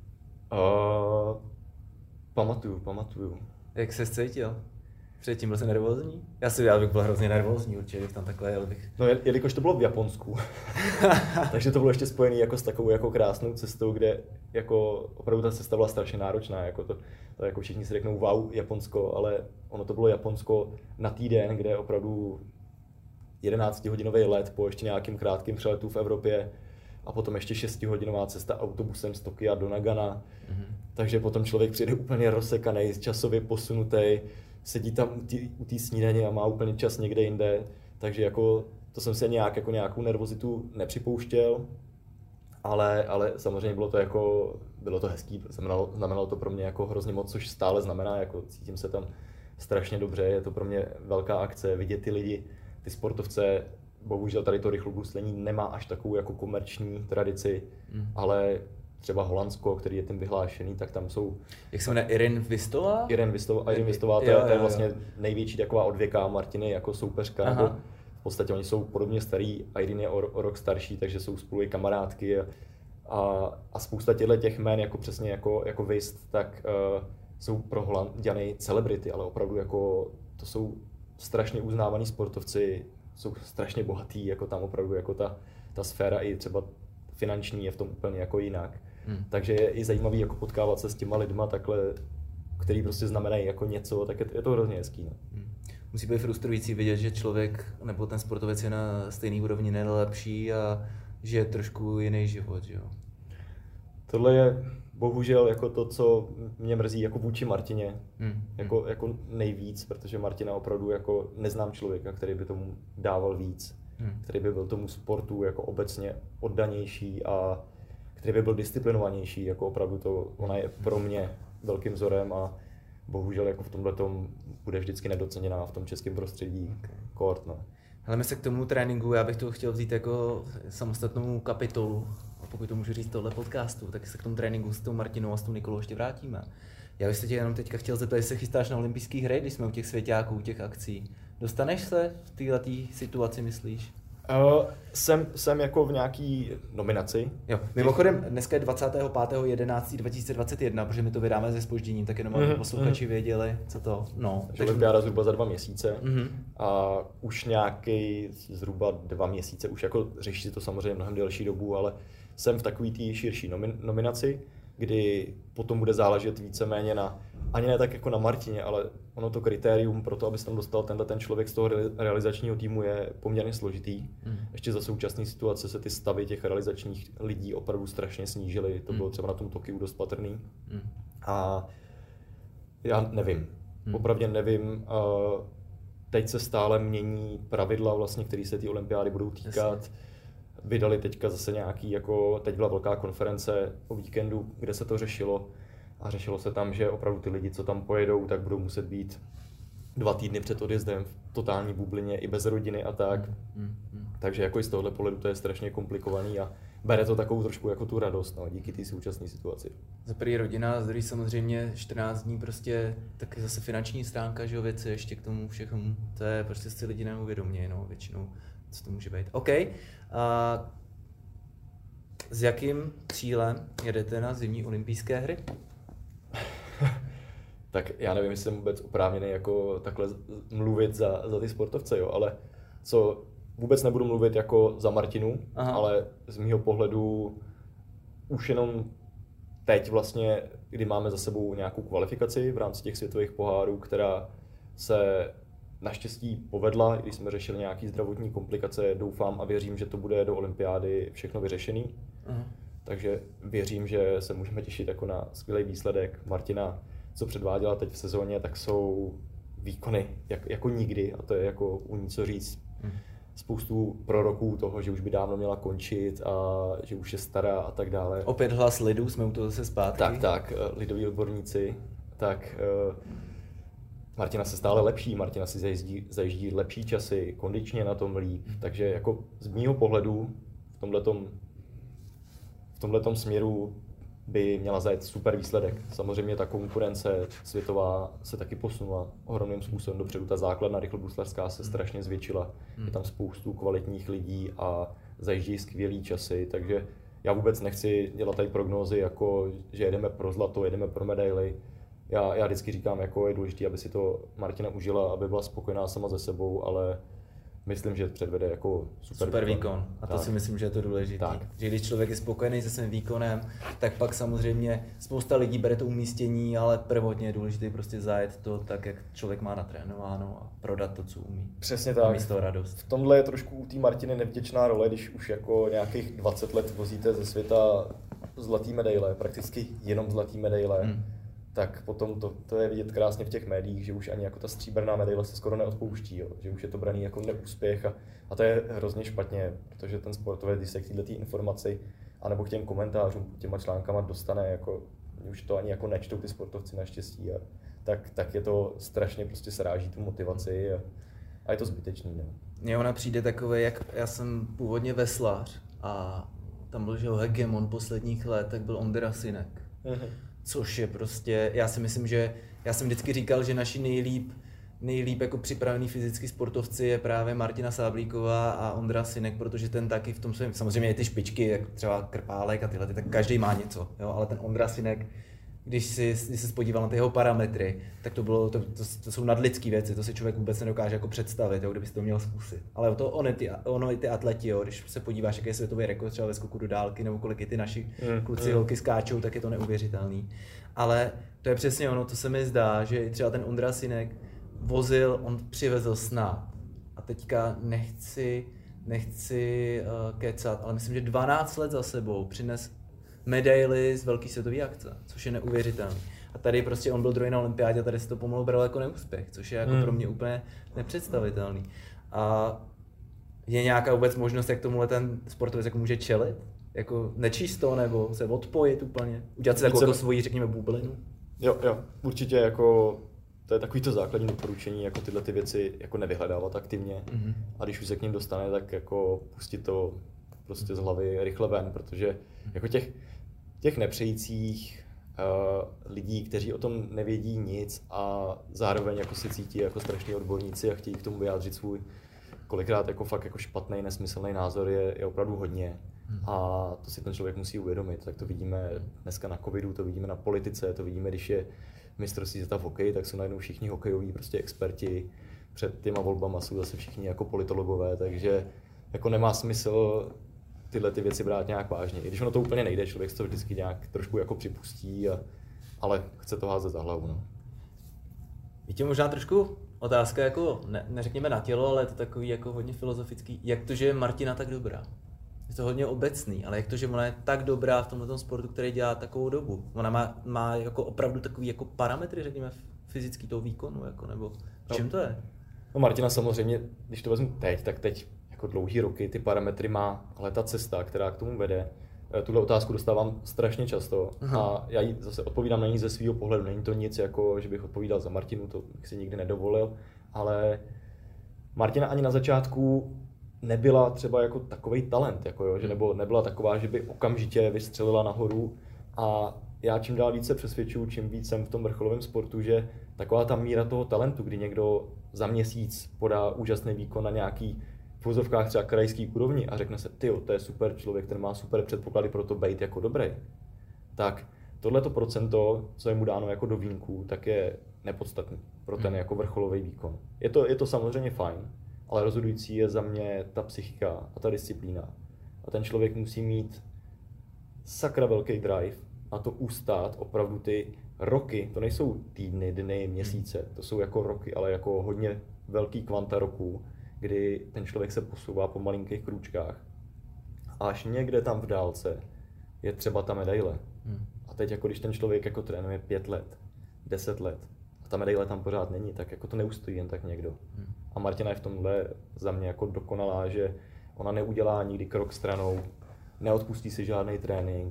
Uh, pamatuju, pamatuju. Jak se cítil? Předtím byl jsi nervózní? Já si já bych byl hrozně nervózní, určitě bych tam takhle jel bych. No jelikož to bylo v Japonsku, takže to bylo ještě spojené jako s takovou jako krásnou cestou, kde jako opravdu ta cesta byla strašně náročná, jako to, to jako všichni si řeknou wow, Japonsko, ale ono to bylo Japonsko na týden, kde opravdu jedenáctihodinový let po ještě nějakým krátkým přeletu v Evropě a potom ještě šestihodinová cesta autobusem z Tokia do Nagana, mm-hmm. takže potom člověk přijde úplně rozsekaný, časově posunutý, sedí tam u té snídaně a má úplně čas někde jinde, takže jako to jsem si nějak, jako nějakou nervozitu nepřipouštěl, ale, ale samozřejmě bylo to jako, bylo to hezký, znamenalo, znamenalo to pro mě jako hrozně moc, což stále znamená, jako cítím se tam strašně dobře, je to pro mě velká akce, vidět ty lidi, ty sportovce, bohužel tady to rychlobruslení nemá až takovou jako komerční tradici, mm. ale třeba Holandsko, který je tím vyhlášený, tak tam jsou... Jak se jmenuje Irene Wistova? Irene Wistova, Irene Wistova, to, jo, to je vlastně největší taková odvěká Martiny jako soupeřka. Nebo v podstatě oni jsou podobně starý, Irene je o, o rok starší, takže jsou spolu i kamarádky. A, a, a spousta těchto těch jmén, jako přesně jako, jako Wist, tak uh, jsou pro Holanďany celebrity, ale opravdu jako to jsou strašně uznávaní sportovci, jsou strašně bohatý, jako tam opravdu jako ta, ta sféra i třeba finanční je v tom úplně jako jinak. Hmm. Takže je i zajímavý jako potkávat se s těma lidma takhle, který prostě znamenají jako něco, tak je, je to hrozně hezký. No. Hmm. Musí být frustrující vidět, že člověk nebo ten sportovec je na stejný úrovni nejlepší a že je trošku jiný život, jo? Tohle je bohužel jako to, co mě mrzí jako vůči Martině, hmm. jako, jako nejvíc, protože Martina opravdu jako neznám člověka, který by tomu dával víc, hmm. který by byl tomu sportu jako obecně oddanější a který by byl disciplinovanější, jako opravdu to, ona je pro mě velkým vzorem a bohužel jako v tomhletom bude vždycky nedoceněná v tom českém prostředí okay. kort, no. Ale my se k tomu tréninku, já bych to chtěl vzít jako samostatnou kapitolu, a pokud to můžu říct tohle podcastu, tak se k tomu tréninku s tou Martinou a s tou Nikolou ještě vrátíme. Já bych se tě jenom teďka chtěl zeptat, jestli se chystáš na olympijské hry, když jsme u těch svěťáků, u těch akcí. Dostaneš se v této situaci, myslíš? Uh, jsem, jsem jako v nějaký nominaci. Jo, mimochodem dneska je dvacátého pátého jedenáctého dva tisíce dvacet jedna, protože my to vydáme se zpožděním, tak jenom aby mm-hmm. posluchači věděli, co to, no. Takže olympiáda zhruba za dva měsíce mm-hmm. a už nějaký zhruba dva měsíce, už jako řeší si to samozřejmě mnohem delší dobu, ale jsem v takový té širší nomin- nominaci, kdy potom bude záležet víceméně na, ani ne tak jako na Martině, ale ono to kritérium pro to, aby se tam dostal tenhle ten člověk z toho realizačního týmu je poměrně složitý. Mm. Ještě za současné situace se ty stavy těch realizačních lidí opravdu strašně snížily, to mm. bylo třeba na tom Tokiu dost patrný. Mm. A já nevím, mm. opravdu nevím, teď se stále mění pravidla, vlastně, které se ty olympiády budou týkat. Jasně. Vydali teďka zase nějaký, jako teď byla velká konference o víkendu, kde se to řešilo a řešilo se tam, že opravdu ty lidi, co tam pojedou, tak budou muset být dva týdny před odjezdem v totální bublině i bez rodiny a tak. Mm, mm. Takže jako i z tohohle pohledu to je strašně komplikovaný a bere to takovou trošku jako tu radost, no, díky té současné situaci. Za první rodina, za druhý samozřejmě čtrnáct dní prostě taky zase finanční stránka, že jo, věci ještě k tomu všechno, to je prostě si lidi neuvědomějí, no, většinou, co to může být. OK, a s jakým cílem jedete na zimní olympijské hry? Tak já nevím, jestli jsem vůbec oprávněný jako takhle mluvit za, za ty sportovce, jo, ale co vůbec nebudu mluvit jako za Martinu, Aha. ale z mýho pohledu už jenom teď vlastně, kdy máme za sebou nějakou kvalifikaci v rámci těch světových pohárů, která se naštěstí povedla, když jsme řešili nějaké zdravotní komplikace, doufám a věřím, že to bude do olympiády všechno vyřešený. Aha. Takže věřím, že se můžeme těšit jako na skvělý výsledek. Martina, co předváděla teď v sezóně, tak jsou výkony jak, jako nikdy a to je jako u ní co říct. Hmm. Spoustu proroků toho, že už by dávno měla končit a že už je stará a tak dále. Opět hlas lidu, jsme u toho zase zpátky. Tak, tak, lidoví odborníci. Tak uh, Martina se stále lepší, Martina si zajíždí, zajíždí lepší časy, kondičně na tom líp, hmm. takže jako z mýho pohledu v tomhletom v tomhletom směru by měla zajet super výsledek. Samozřejmě ta konkurence světová se taky posunula ohromným způsobem dopředu. Ta základna rychlobruslařská se strašně zvětšila. Je tam spoustu kvalitních lidí a zajíždí skvělý časy, takže já vůbec nechci dělat tady prognózy, jako, že jedeme pro zlato, jedeme pro medaily. Já, já vždycky říkám, jako je důležité, aby si to Martina užila, aby byla spokojená sama ze sebou, ale myslím, že předvede jako super, super výkon. výkon. A to tak. si myslím, že je to důležité. Že když člověk je spokojený se svým výkonem, tak pak samozřejmě spousta lidí bere to umístění, ale prvotně je důležité prostě zajet to tak, jak člověk má natrénováno a prodat to, co umí. Přesně tak. Mít z toho radost. V tomhle je trošku u té Martiny nevděčná role, když už jako nějakých dvacet let vozíte ze světa zlatý medaile, prakticky jenom zlatý medaile. Hmm. Tak potom to, to je vidět krásně v těch médiích, že už ani jako ta stříbrná medaile se skoro neodpouští, jo? Že už je to braný jako neúspěch a, a to je hrozně špatně, protože ten sportovec, když se k této informaci anebo k těm komentářům, těma článkama dostane, jako, už to ani jako nečtou ty sportovci naštěstí, a, tak, tak je to strašně prostě sráží tu motivaci a, a je to zbytečný. Ne? Mně ona přijde takové, jak já jsem původně veslař a tam byl, že hegemon posledních let, tak byl Ondra Synek. Mhm. Což je prostě, já si myslím, že já jsem vždycky říkal, že naši nejlíp, nejlíp jako připravený fyzicky sportovci je právě Martina Sáblíková a Ondra Synek, protože ten taky v tom svém, samozřejmě i ty špičky, jak třeba Krpálek a tyhle, tak každý má něco, jo, ale ten Ondra Synek, když, si, když se podíval na ty jeho parametry, tak to bylo, to, to, to jsou nadlidské věci, to si člověk vůbec nedokáže jako představit, jo, kdybyste to měl zkusit. Ale to ono, ty, ono i ty atleti, jo, když se podíváš, jaký je světový rekord třeba ve skoku do dálky, nebo kolik i ty naši mm, kluci, mm. holky skáčou, tak je to neuvěřitelný. Ale to je přesně ono, to se mi zdá, že třeba ten Ondra Synek vozil, on přivezl snad. A teďka nechci, nechci uh, kecat, ale myslím, že dvanáct let za sebou přines medaily z velké světové akce, což je neuvěřitelné. A tady prostě on byl druhý na olympiádě a tady se to pomalu bralo jako neúspěch, což je jako hmm. pro mě úplně nepředstavitelný. A je nějaká vůbec možnost, jak tomuhle ten sportovec jako může čelit? Jako nečíst to, nebo se odpojit úplně? Udělat si takovou jako svoji, řekněme, bublinu? Jo, jo, určitě jako to je takový to základní doporučení, jako tyhle ty věci jako nevyhledávat aktivně. Mm-hmm. A když už se k ním dostane, tak jako pustit to prostě z hlavy rychle ven, protože jako těch, těch nepřejících uh, lidí, kteří o tom nevědí nic a zároveň jako se cítí jako strašní odborníci a chtějí k tomu vyjádřit svůj kolikrát jako fakt jako špatný, nesmyslný názor je, je opravdu hodně. A to si ten člověk musí uvědomit. Tak to vidíme dneska na covidu, to vidíme na politice, to vidíme, když je mistrovství světa v hokeji, tak jsou najednou všichni hokejoví prostě experti. Před těma volbama jsou zase všichni jako politologové, takže jako nemá smysl tyhle ty věci brát nějak vážně. I když ono to úplně nejde, člověk to vždycky nějak trošku jako připustí, a, ale chce to házet za hlavu. No. Víte, možná trošku otázka, jako ne, neřekněme na tělo, ale je to takový jako hodně filozofický. Jak to, že je Martina tak dobrá? Je to hodně obecný, ale jak to, že ona je tak dobrá v tomhle sportu, který dělá takovou dobu? Ona má, má jako opravdu takový jako parametry, řekněme, fyzický toho výkonu, jako, nebo v čem to je? No Martina samozřejmě, když to vezmu teď, tak teď jako dlouhý roky ty parametry má, ale ta cesta, která k tomu vede, tuhle otázku dostávám strašně často. Aha. A já jí zase odpovídám na ní ze svého pohledu. Není to nic, jako, že bych odpovídal za Martinu, to bych si nikdy nedovolil, ale Martina ani na začátku nebyla třeba jako takovej talent, jako jo, že nebo nebyla taková, že by okamžitě vystřelila nahoru, a já čím dál více přesvědčuju, čím víc jsem v tom vrcholovém sportu, že taková ta míra toho talentu, kdy někdo za měsíc podá úžasný výkon na nějaký v vozovkách třeba krajský úrovni a řekne se, tyjo, to je super člověk, ten má super předpoklady pro to být jako dobrý, tak tohleto procento, co je mu dáno jako do vínku, tak je nepodstatný pro ten jako vrcholový výkon. Je to, je to samozřejmě fajn, ale rozhodující je za mě ta psychika a ta disciplína. A ten člověk musí mít sakra velký drive na to ustát opravdu ty roky, to nejsou týdny, dny, měsíce, to jsou jako roky, ale jako hodně velký kvanta roků, kdy ten člověk se posouvá po malinkých krůčkách. A až někde tam v dálce je třeba ta medaile. A teď jako když ten člověk jako trénuje pět let, deset let, a ta medaile tam pořád není, tak jako to neustojí jen tak někdo. A Martina je v tomhle za mě jako dokonalá, že ona neudělá nikdy krok stranou, neodpustí si žádný trénink.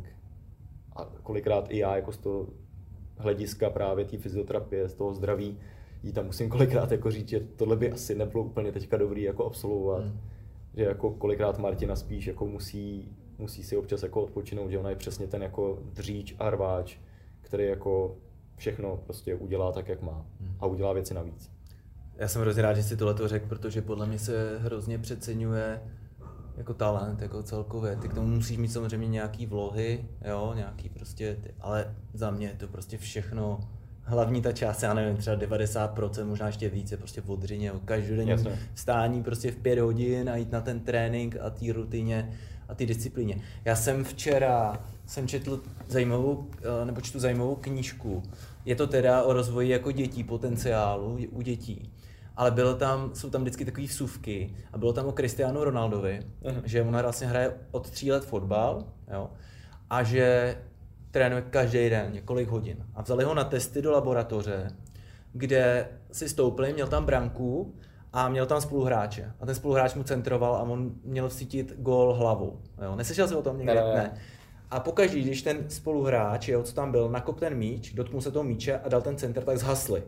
A kolikrát i já jako z toho hlediska právě té fyzioterapie, z toho zdraví, jí tam musím kolikrát jako říct, že tohle by asi nebylo úplně teďka dobrý jako absolvovat. Hmm. Že jako kolikrát Martina spíš jako musí, musí si občas jako odpočinout, že ona je přesně ten jako dříč a rváč, který jako všechno prostě udělá tak, jak má. A udělá věci navíc. Já jsem hrozně rád, že si tohleto řekl, protože podle mě se hrozně přeceňuje jako talent, jako celkově. Ty k tomu musíš mít samozřejmě nějaký vlohy, jo, nějaký prostě, ty, ale za mě je to prostě všechno. Hlavní ta část, já nevím, třeba devadesát procent, možná ještě více, prostě v odřině, každodenní vstání prostě v pět hodin a jít na ten trénink a té rutině a té disciplíně. Já jsem včera, jsem četl zajímavou, nebo čtu zajímavou knížku. Je to teda o rozvoji jako dětí, potenciálu u dětí. Ale bylo tam, jsou tam vždycky takové vsuvky a bylo tam o Cristiano Ronaldovi, uh-huh. že on vlastně hraje od tří let fotbal, jo, a že trénuje každý den několik hodin. A vzali ho na testy do laboratoře, kde si stoupli, měl tam branku a měl tam spoluhráče. A ten spoluhráč mu centroval a on měl vsítit gól hlavou. Jo. Neslyšel jsi o tom někde? Ne, ne. ne. A pokaždý, když ten spoluhráč, jo, co tam byl, nakop ten míč, dotknul se toho míče a dal ten center, tak zhasli.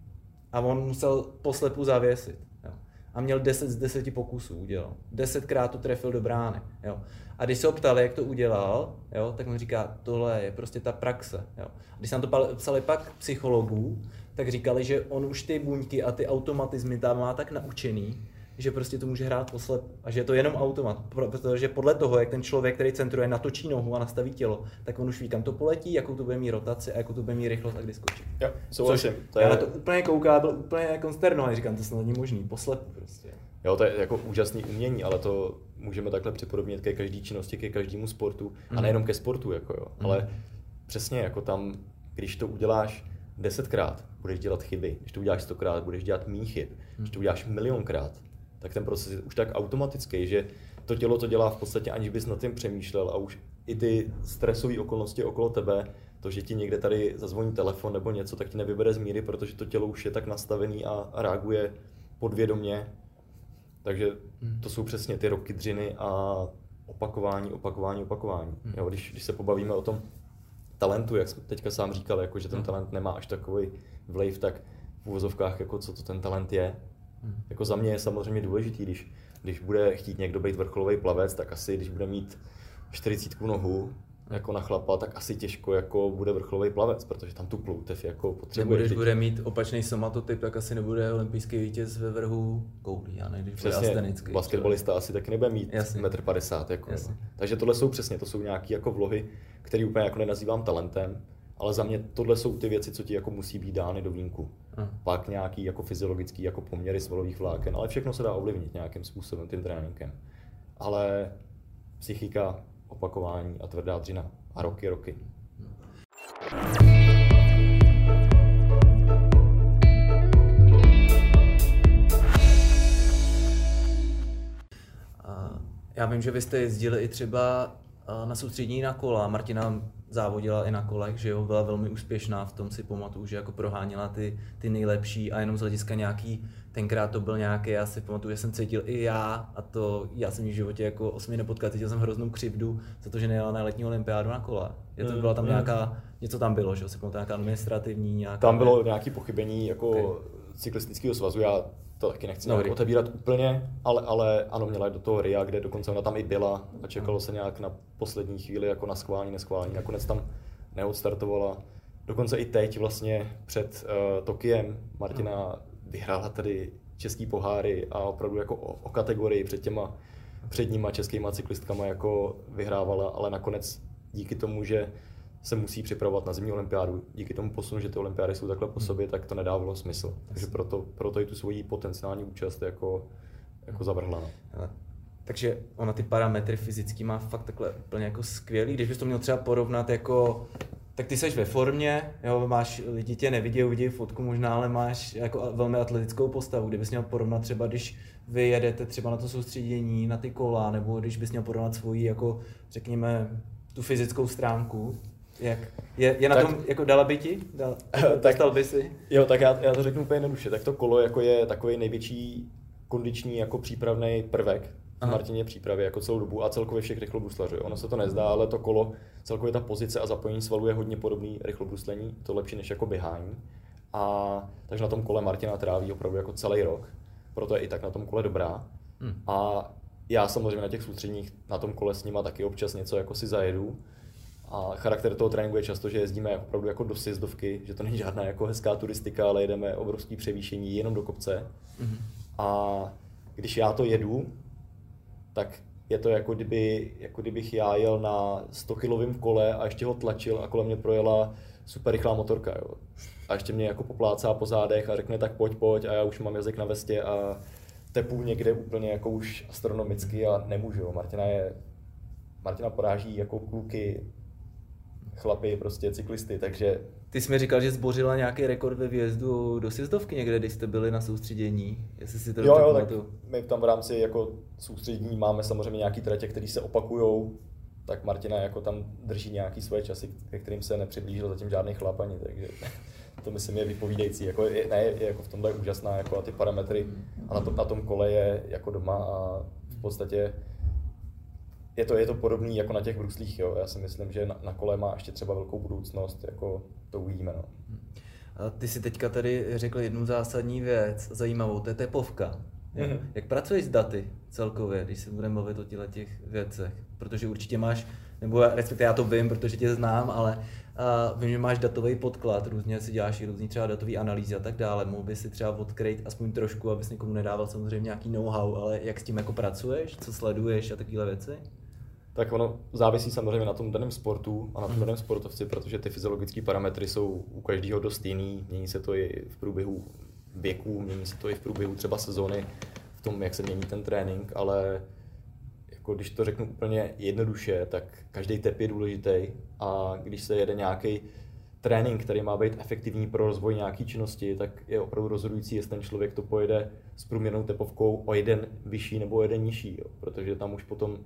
A on musel poslepu zavěsit. Jo. A měl deset z deseti pokusů udělal. Desetkrát to trefil do brány. Jo. A když se ho ptali, jak to udělal, jo, tak mu říká, tohle je prostě ta praxe. Jo. A když se nám to psali pak psychologů, tak říkali, že on už ty buňky a ty automatizmy tam má tak naučený, že prostě to může hrát poslep a že je to jenom automat, protože podle toho, jak ten člověk, který centruje, natočí nohu a nastaví tělo, tak on už ví, kam to poletí, jakou to bude mít rotaci a jakou to bude mít rychlost a kdy skočí. Jo, souhlasím. Já na to úplně kouká, byl úplně konsternovaný, říkám, to snad není možný, poslep prostě. Jo, to je jako úžasný umění, ale to můžeme takhle připodobnit ke každé činnosti, ke každému sportu mm. a nejenom ke sportu, jako jo, mm. ale přesně jako tam, když to uděláš desetkrát, budeš dělat chyby, když to uděláš stokrát, budeš dělat méně chyb, mm. když to uděláš milionkrát, tak ten proces je už tak automatický, že to tělo to dělá v podstatě, aniž bys nad tím přemýšlel a už i ty stresové okolnosti okolo tebe, to, že ti někde tady zazvoní telefon nebo něco, tak ti nevybere z míry, protože to tělo už je tak nastavený a, a reaguje podvědomě. Takže to jsou přesně ty roky dřiny a opakování, opakování, opakování. Jo, když, když se pobavíme o tom talentu, jak jsem teďka sám říkal, jako, že ten talent nemá až takový vliv, tak v uvozovkách, jako, co to ten talent je. Jako za mě je samozřejmě důležitý, když, když bude chtít někdo být vrcholový plavec, tak asi když bude mít čtyřicítku nohu jako na chlapa, tak asi těžko jako bude vrcholový plavec, protože tam tu ploutev jako potřebuje. Nebo když bude mít opačný somatotyp, tak asi nebude olympijský vítěz ve vrhu koulí, a ne když bude astenický. Basketbalista asi taky nebude mít metr padesát. Jako, no. Takže tohle jsou přesně, to jsou nějaké jako vlohy, které úplně jako nenazývám talentem, ale za mě tohle jsou ty věci, co ti jako musí být dány do vínku. Hmm. Pak nějaký jako fyziologický jako poměry svalových vláken, ale všechno se dá ovlivnit nějakým způsobem tím tréninkem. Ale psychika, opakování a tvrdá dřina. A roky, roky. Já vím, že vy jste jezdili i třeba na soustředění na kola. Martina závodila i na kolech, že jo, byla velmi úspěšná, v tom si pamatuju, že jako proháněla ty, ty nejlepší a jenom z hlediska nějaký, tenkrát to byl nějaký, já si pamatuju, že jsem cítil i já, a to já jsem v životě jako osmi nepotkal, cítil jsem hroznou křivdu za to, že nejela na letní olympiádu na kole. Je to, byla tam nějaká, něco tam bylo, že jo, si pamatuju, nějaká administrativní, nějaká... Tam bylo nějaké pochybení jako okay. cyklistického svazu, já to taky nechci no, otevírat úplně, ale, ale ano, měla jít do toho R I A, kde dokonce ona tam i byla a čekalo se nějak na poslední chvíli jako na schválení, neschválení, nakonec tam neodstartovala. Dokonce i teď vlastně před uh, Tokiem Martina vyhrála tady český poháry a opravdu jako o, o kategorii před těma předníma českýma cyklistkama jako vyhrávala, ale nakonec díky tomu, že se musí připravovat na zimní olympiádu, díky tomu posunu, že ty olympiády jsou takhle po sobě, tak to nedávalo smysl. Takže proto, proto i tu svoji potenciální účast jako, jako zavrhla. No. Takže ona ty parametry fyzický má fakt takhle úplně jako skvělý. Když bys to měl třeba porovnat jako, tak ty seš ve formě, jo, máš, lidi tě nevidí, uvidí fotku možná, ale máš jako velmi atletickou postavu. Kdybys měl porovnat třeba, když vy jedete třeba na to soustředění, na ty kola, nebo když bys měl porovnat svoji, jako řekněme, tu fyzickou stránku, jak je, je na tak, tom, jako dala by ti? Dal, tak, dostal by si? Jo, tak já, já to řeknu úplně jednoduše. Tak to kolo jako je takový největší kondiční jako přípravný prvek v Martině přípravě jako celou dobu a celkově všech rychlobruslařů. Ono se to nezdá, ale to kolo, celkově ta pozice a zapojení svalů je hodně podobný rychlobruslení, to lepší než jako běhání. A takže na tom kole Martina tráví opravdu jako celý rok, proto je i tak na tom kole dobrá. Hmm. A já samozřejmě na těch soustředních na tom kole s nima taky občas něco jako si zajedu. A charakter toho tréninku je často, že jezdíme opravdu jako do sjezdovky, že to není žádná jako hezká turistika, ale jedeme obrovský převýšení jenom do kopce. Mm-hmm. A když já to jedu, tak je to jako, kdyby, jako kdybych já jel na sto kilovém kole a ještě ho tlačil a kolem mě projela super rychlá motorka. Jo. A ještě mě jako poplácá po zádech a řekne tak pojď, pojď a já už mám jazyk na vestě a tepu někde úplně jako už astronomicky a nemůžu. Jo. Martina je, Martina poráží jako kluky, chlapy, prostě cyklisty, takže... Ty jsi mi říkal, že zbořila nějaký rekord ve vjezdu do sjezdovky někde, když jste byli na soustředění, jestli si to jo, jo, tak my tam v rámci jako soustředění máme samozřejmě nějaký tratě, které se opakujou, tak Martina jako tam drží nějaký svoje časy, ke kterým se nepřiblížil zatím žádný chlap ani, takže to myslím je vypovídající, jako je, ne, je jako v tomhle úžasná, jako a ty parametry a na, to, na tom kole je jako doma a v podstatě Je to, je to podobný jako na těch bruslích, jo. Já si myslím, že na, na kole má ještě třeba velkou budoucnost, jako to uvidíme. No. A ty si teďka tady řekl jednu zásadní věc, zajímavou, to je tepovka. Mm-hmm. Jak pracuješ s daty celkově, když se budeme mluvit o těch věcech? Protože určitě máš, nebo respektive já to vím, protože tě znám, ale uh, vím, že máš datový podklad, různě si děláš i různý třeba datový analýzy a tak dále. Mohl bys si třeba odkryt aspoň trošku, abys někomu nedával samozřejmě nějaký know-how, ale jak s tím jako pracuješ, co sleduješ a takové věci? Tak ono závisí samozřejmě na tom daném sportu a na tom daném sportovci, protože ty fyziologické parametry jsou u každého dost jiný, mění se to i v průběhu věku, mění se to i v průběhu třeba sezóny, v tom, jak se mění ten trénink, ale jako když to řeknu úplně jednoduše, tak každý tep je důležitý a když se jede nějaký trénink, který má být efektivní pro rozvoj nějaké činnosti, tak je opravdu rozhodující, jestli ten člověk to pojede s průměrnou tepovkou o jeden vyšší nebo o jeden nižší, jo, protože tam už potom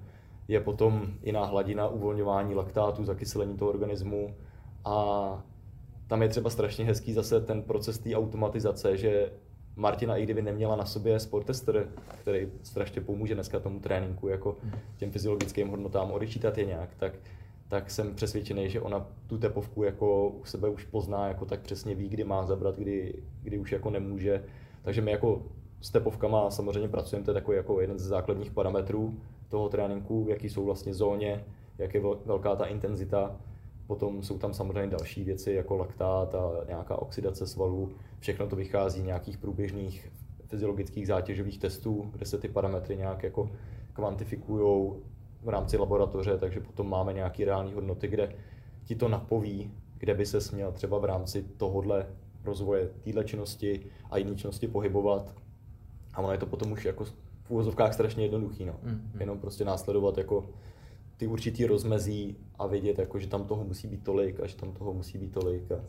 je potom jiná hladina uvolňování laktátu, zakyselení toho organismu a tam je třeba strašně hezký zase ten proces té automatizace, že Martina, i kdyby neměla na sobě sporttester, který strašně pomůže dneska tomu tréninku, jako těm fyziologickým hodnotám odečítat je nějak, tak, tak jsem přesvědčený, že ona tu tepovku jako u sebe už pozná, jako tak přesně ví, kdy má zabrat, kdy, kdy už jako nemůže. Takže my jako s tepovkama samozřejmě pracujeme, to je takový jako jeden ze základních parametrů toho tréninku, v jaký jsou vlastně zóně, jak je velká ta intenzita. Potom jsou tam samozřejmě další věci jako laktát a nějaká oxidace svalů. Všechno to vychází z nějakých průběžných fyziologických zátěžových testů, kde se ty parametry nějak jako kvantifikují v rámci laboratoře, takže potom máme nějaké reální hodnoty, kde ti to napoví, kde by se směl třeba v rámci tohodle rozvoje téhle činnosti a jiné činnosti pohybovat. A ono je to potom už jako v úvozovkách strašně jednoduchý, no. Mm-hmm. Jenom prostě následovat jako ty určitý rozmezí a vědět, jako, že tam toho musí být tolik a že tam toho musí být tolik. A,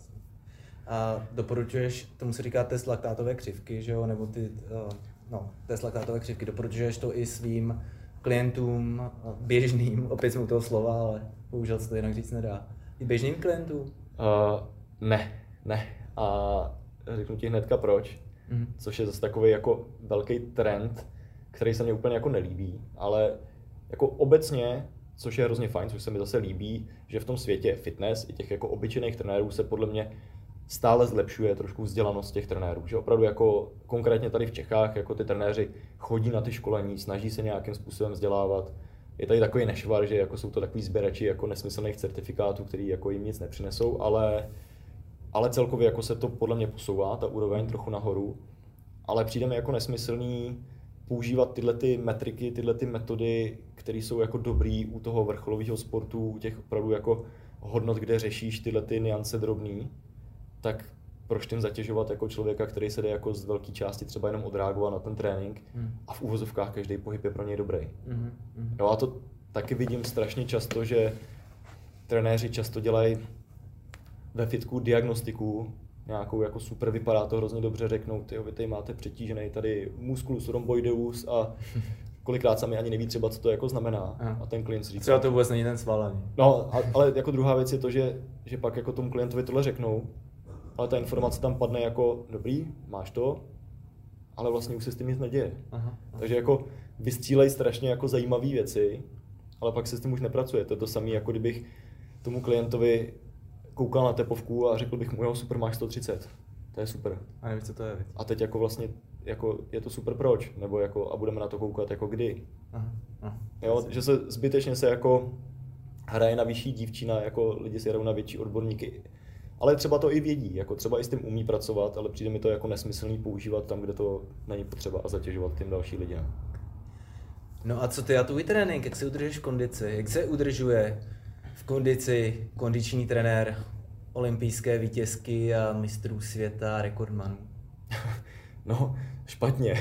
a doporučuješ, tomu se říká test laktátové křivky, že jo, nebo ty, no, test laktátové křivky, doporučuješ to i svým klientům, běžným, opět jsme u toho slova, ale bohužel se to jinak říct nedá. I běžným klientům? Uh, ne, ne. A řeknu ti hnedka proč, mm-hmm. což je zase takový jako velký trend, který se mně úplně jako nelíbí, ale jako obecně, což je hrozně fajn, což se mi zase líbí, že v tom světě fitness i těch jako obyčejných trenérů se podle mě stále zlepšuje trošku vzdělanost těch trenérů, že opravdu jako konkrétně tady v Čechách jako ty trenéři chodí na ty školení, snaží se nějakým způsobem vzdělávat. Je tady takový nešvar, že jako jsou to takový sběrači jako nesmyslných certifikátů, který jako jim nic nepřinesou, ale, ale celkově jako se to podle mě posouvá, ta úroveň trochu nahoru, ale přijde mi jako nesmyslný používat tyhle ty metriky, tyhle ty metody, které jsou jako dobrý u toho vrcholového sportu, u těch opravdu jako hodnot, kde řešíš tyhle ty niance drobný, tak proč tím zatěžovat jako člověka, který se jde jako z velké části třeba jenom odreagovat na ten trénink hmm. a v uvozovkách každý pohyb je pro něj dobrý. Hmm. Hmm. Jo, a to taky vidím strašně často, že trenéři často dělají ve fitku diagnostiku, nějakou jako super, vypadá to hrozně dobře, řeknou, tyjo, vy tady máte přetížený tady musculus rhomboideus a kolikrát sami ani neví třeba, co to jako znamená. Aha. A ten klient si říká. Třeba to vůbec není ten sval ani. No, a, ale jako druhá věc je to, že, že pak jako tomu klientovi tohle řeknou, ale ta informace tam padne jako, dobrý, máš to, ale vlastně už se s tím nic neděje. Aha. Takže jako vystřílej strašně jako zajímavé věci, ale pak se s tím už nepracuje. To je to samé, jako kdybych tomu klientovi koukal na tepovku a řekl bych mu, jo, super, máš sto třicet. To je super. A nevíš, co to je. A teď jako vlastně jako je to super proč? Nebo jako a budeme na to koukat jako kdy? Aha, aha. Jo, že se zbytečně se jako hraje na vyšší dívčina, jako lidi si hrajou na větší odborníky. Ale třeba to i vědí, jako třeba i s tím umí pracovat, ale přijde mi to jako nesmyslný používat tam, kde to není potřeba a zatěžovat tím další lidi. Ne? No a co ty a tvůj trénink, jak se udržuješ v kondici? Jak se udržuje v kondici kondiční trenér olympijské vítězky a mistrů světa, rekordmanů? No, špatně.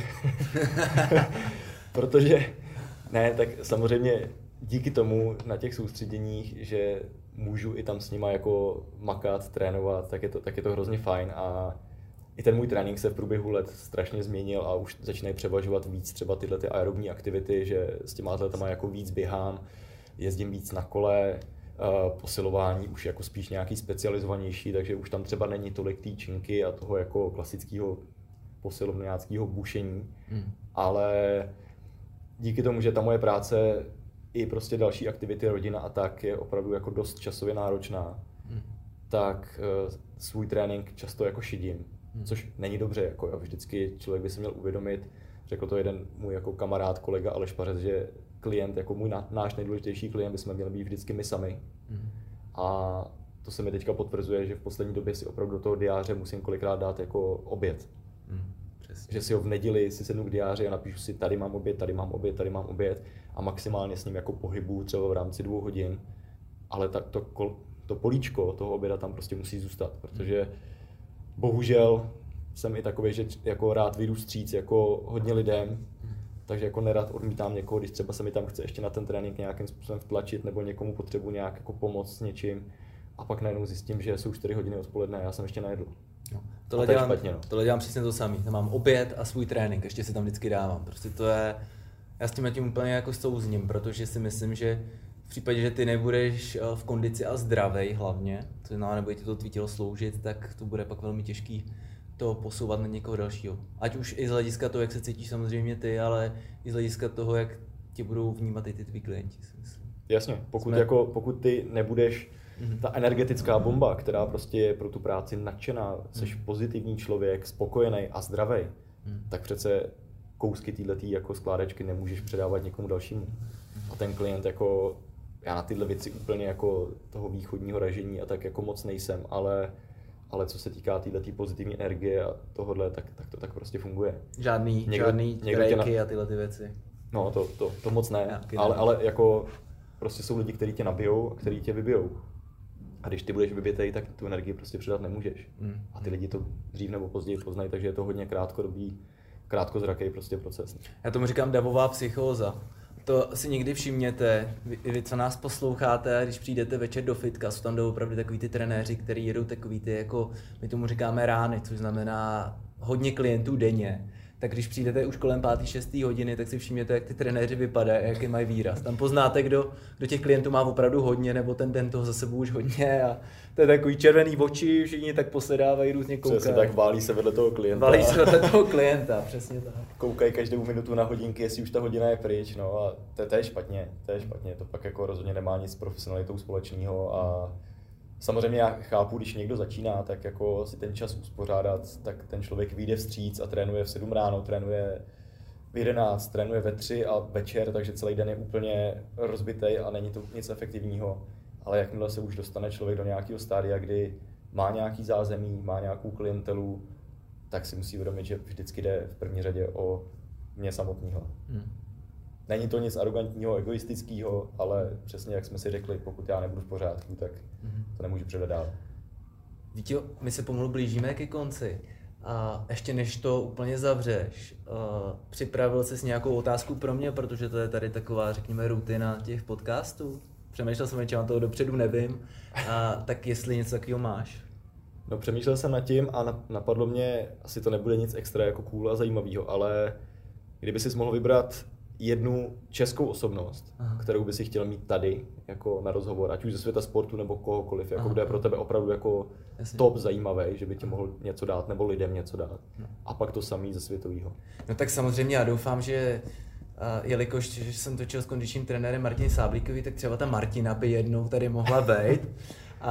Protože, ne, tak samozřejmě díky tomu na těch soustředěních, že můžu i tam s nima jako makat, trénovat, tak je to, tak je to hrozně fajn a i ten můj trénink se v průběhu let strašně změnil a už začínají převažovat víc třeba tyhle ty aerobní aktivity, že s těma atletama jako víc běhám, jezdím víc na kole, posilování už jako spíš nějaký specializovanější, takže už tam třeba není tolik té činky a toho jako klasického posilovňáckého bušení, hmm. ale díky tomu, že ta moje práce i prostě další aktivity, rodina a tak je opravdu jako dost časově náročná, hmm. tak uh, svůj trénink často jako šidím, hmm. což není dobře, jako jo, vždycky člověk by se měl uvědomit, řekl to jeden můj jako kamarád, kolega Aleš Pařez, že klient, jako můj náš nejdůležitější klient, bychom měli být vždycky my sami. Hmm. A to se mi teďka potvrzuje, že v poslední době si opravdu do toho diáře musím kolikrát dát jako oběd. Hmm. Že si ho v neděli si sednu k diáři a napíšu si, tady mám oběd, tady mám oběd, tady mám oběd a maximálně s ním jako pohybu třeba v rámci dvou hodin, ale tak to, to políčko toho oběda tam prostě musí zůstat, protože bohužel jsem i takový, že jako rád vyjdu vstříc jako hodně lidem, takže jako nerad odmítám někoho, když třeba se mi tam chce ještě na ten trénink nějakým způsobem vtlačit nebo někomu potřebuji nějak jako pomoct s něčím a pak najednou zjistím, že jsou čtyři hodiny odpoledne a já jsem ještě nejedl. No, tohle, dělám, špatně, no. tohle dělám přesně to samý. Tam mám oběd a svůj trénink, ještě si tam vždycky dávám. Prostě to je, Já s tím tím úplně jako souzním, protože si myslím, že v případě, že ty nebudeš v kondici a zdravej hlavně, to znamená, nebude ti to tvý tělo sloužit, tak to bude pak velmi těžký to posouvat na někoho dalšího. Ať už i z hlediska toho, jak se cítíš samozřejmě ty, ale i z hlediska toho, jak tě budou vnímat i ty tví klienti, si myslím. Jasně, pokud, Jsme... jako, pokud ty nebudeš mm-hmm. ta energetická bomba, která prostě je pro tu práci nadšená, jsi mm. pozitivní člověk, spokojený a zdravý, mm. tak přece kousky téhletý jako skládečky nemůžeš předávat někomu dalšímu. A ten klient jako, já na tyhle věci úplně jako toho východního ražení a tak jako moc nejsem, ale, ale co se týká téhletý pozitivní energie a tohodle, tak, tak to tak prostě funguje. Žádný, někdo, žádný rejky na... a tyhle ty věci. No to, to, to moc ne, ale, ale jako prostě jsou lidi, kteří tě nabijou a kteří tě vybijou. A když ty budeš vybitej, tak tu energii prostě předat nemůžeš. Mm. A ty lidi to dřív nebo později poznají, takže je to hodně krátkodobý, krátkozraký prostě proces. Já tomu říkám davová psychóza. To si někdy všimněte, vy, vy co nás posloucháte, když přijdete večer do fitka, jsou tam opravdu takový ty trenéři, kteří jedou takový ty, jako my tomu říkáme rány, což znamená hodně klientů denně. Tak když přijdete už kolem páté, šesté hodiny, tak si všimněte, jak ty trenéři vypadají, jaký mají výraz. Tam poznáte, kdo, kdo těch klientů má opravdu hodně, nebo ten den toho za sebou už hodně. A to je takový červený oči, všichni tak posedávají, různě koukají. Přesně tak, válí se vedle toho klienta. Válí se vedle toho klienta, přesně tak. Koukají každou minutu na hodinky, jestli už ta hodina je pryč, no a to, to je špatně, to je špatně, to pak jako rozhodně nemá nic s profesionalitou společného a samozřejmě já chápu, když někdo začíná, tak jako si ten čas uspořádat, tak ten člověk vyjde vstříc a trénuje v sedm ráno, trénuje v jedenáct, trénuje ve tři a večer, takže celý den je úplně rozbitej a není to nic efektivního. Ale jakmile se už dostane člověk do nějakého stádia, kdy má nějaký zázemí, má nějakou klientelu, tak si musí uvědomit, že vždycky jde v první řadě o mě samotného. Hmm. Není to nic arrogantního, egoistického, ale přesně jak jsme si řekli, pokud já nebudu v pořádku, tak to nemůžu předat dál. Víte, my se pomalu blížíme ke konci. A ještě než to úplně zavřeš, uh, připravil jsi nějakou otázku pro mě, protože to je tady taková, řekněme, rutina těch podcastů. Přemýšlel jsem, že toho dopředu nevím, a tak jestli něco takového máš. No přemýšlel jsem nad tím a napadlo mě, asi to nebude nic extra jako cool a zajímavého, ale kdyby jsi mohl vybrat jednu českou osobnost, aha, kterou by si chtěl mít tady jako na rozhovor, ať už ze světa sportu nebo kohokoliv, jako kdo je pro tebe opravdu jako Jasně. top zajímavý, že by ti mohl něco dát nebo lidem něco dát. No. A pak to samý ze světového. No tak samozřejmě já doufám, že uh, jelikož že jsem točil s kondičním trenérem Martin Sáblíkový, tak třeba ta Martina by jednou tady mohla být. uh,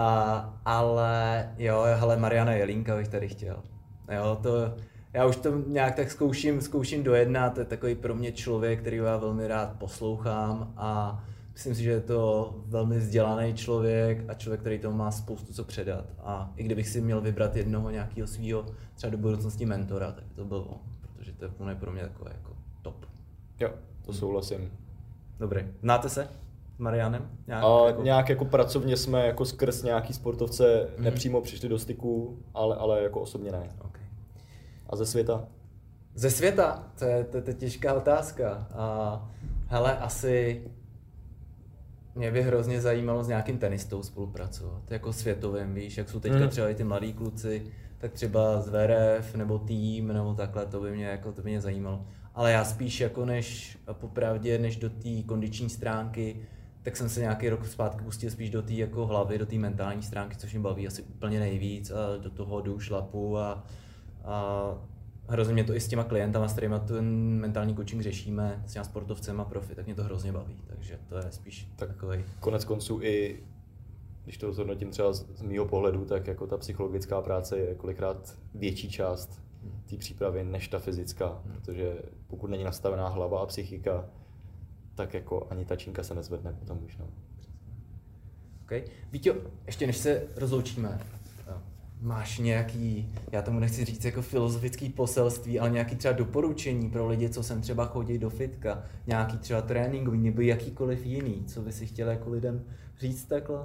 ale jo, hele, Mariana Jelínka bych tady chtěl. Jo, to Já už to nějak tak zkouším, zkouším dojednat, to je takový pro mě člověk, kterýho já velmi rád poslouchám a myslím si, že je to velmi vzdělaný člověk a člověk, který tomu má spoustu co předat. A i kdybych si měl vybrat jednoho nějakého svého třeba do budoucnosti mentora, tak by to byl on, protože to je pro mě takové jako top. Jo, to souhlasím. Dobrý. Znáte se s Marianem? Nějak, a jako... nějak jako pracovně jsme jako skrz nějaký sportovce mm. nepřímo přišli do styku, ale, ale jako osobně ne. Okay. A ze světa? Ze světa? To je, to, to je těžká otázka. A, hele, asi mě by hrozně zajímalo s nějakým tenistou spolupracovat, jako světovým, víš, jak jsou teďka mm. třeba i ty mladí kluci, tak třeba Zverev nebo tým nebo takhle, to by mě, jako, to by mě zajímalo. Ale já spíš jako než, popravdě, než do té kondiční stránky, tak jsem se nějaký rok zpátky pustil spíš do té jako hlavy, do té mentální stránky, což mě baví asi úplně nejvíc a do toho jdu šlapu a A hrozně mě to i s těma klientama, s kterýma ten mentální coaching řešíme, s těma sportovcema profi, tak mě to hrozně baví, takže to je spíš tak takovej. Konec konců i, když to zhodnotím třeba z, z mýho pohledu, tak jako ta psychologická práce je kolikrát větší část té přípravy než ta fyzická, hmm. protože pokud není nastavená hlava a psychika, tak jako ani ta činka se nezvedne potom už. No. Okay. Víťo, ještě než se rozloučíme, máš nějaký, já tomu nechci říct jako filozofický poselství, ale nějaký třeba doporučení pro lidi, co sem třeba chodí do fitka, nějaký třeba tréninkový nebo jakýkoliv jiný, co by si chtěl jako lidem říct takhle?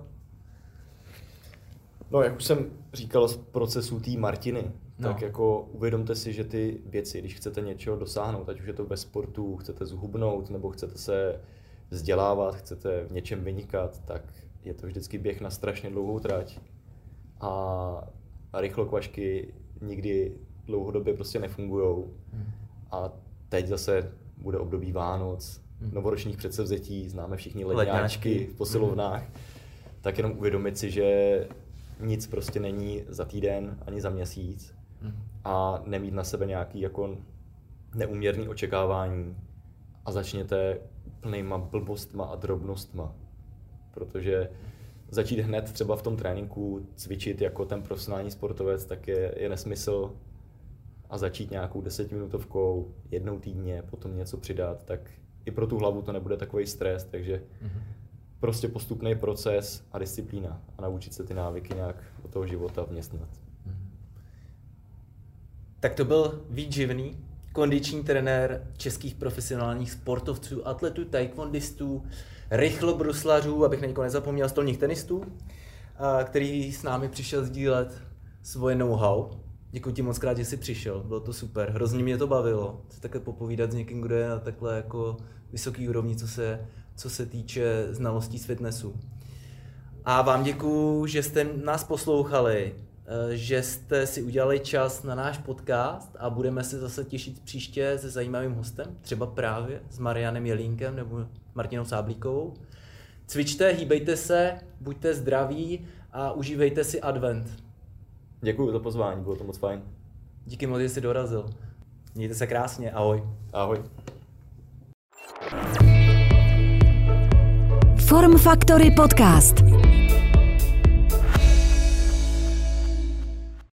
No, jak už jsem říkal z procesu té Martiny, no. tak jako uvědomte si, že ty věci, když chcete něčeho dosáhnout, ať už je to ve sportu, chcete zhubnout, nebo chcete se vzdělávat, chcete v něčem vynikat, tak je to vždycky běh na strašně dlouhou trať. A A rychlokvašky nikdy dlouhodobě prostě nefungujou. Hmm. A teď zase bude období Vánoc, hmm. novoročních předsevzetí, známe všichni ledňáčky, ledňáčky v posilovnách, hmm. tak jenom uvědomit si, že nic prostě není za týden ani za měsíc hmm. a nemít na sebe nějaký jako neúměrný očekávání a začněte plnýma blbostma a drobnostma, protože začít hned třeba v tom tréninku cvičit jako ten profesionální sportovec, tak je, je nesmysl a začít nějakou desetiminutovkou jednou týdně, potom něco přidat, tak i pro tu hlavu to nebude takový stres, takže mm-hmm. prostě postupný proces a disciplína a naučit se ty návyky nějak do toho života vměstnat. Mm-hmm. Tak to byl Vít Živný, kondiční trenér českých profesionálních sportovců, atletů, taekwondistů, rychlobruslařů, abych na někoho nezapomněl, stolních tenistů, který s námi přišel sdílet svoje know-how. Děkuji ti moc krát, že jsi přišel, bylo to super, hrozně mě to bavilo, se takhle popovídat s někým, kdo je na takhle jako vysoký úrovni, co se, co se týče znalostí z fitnessu. A vám děkuji, že jste nás poslouchali, že jste si udělali čas na náš podcast a budeme se zase těšit příště se zajímavým hostem, třeba právě s Marianem Jelínkem nebo Martinou Sáblíkovou. Cvičte, hýbejte se, buďte zdraví a užívejte si advent. Děkuji za pozvání, bylo to moc fajn. Díky moc, že jsi dorazil. Mějte se krásně, ahoj. Ahoj. Form Factory Podcast.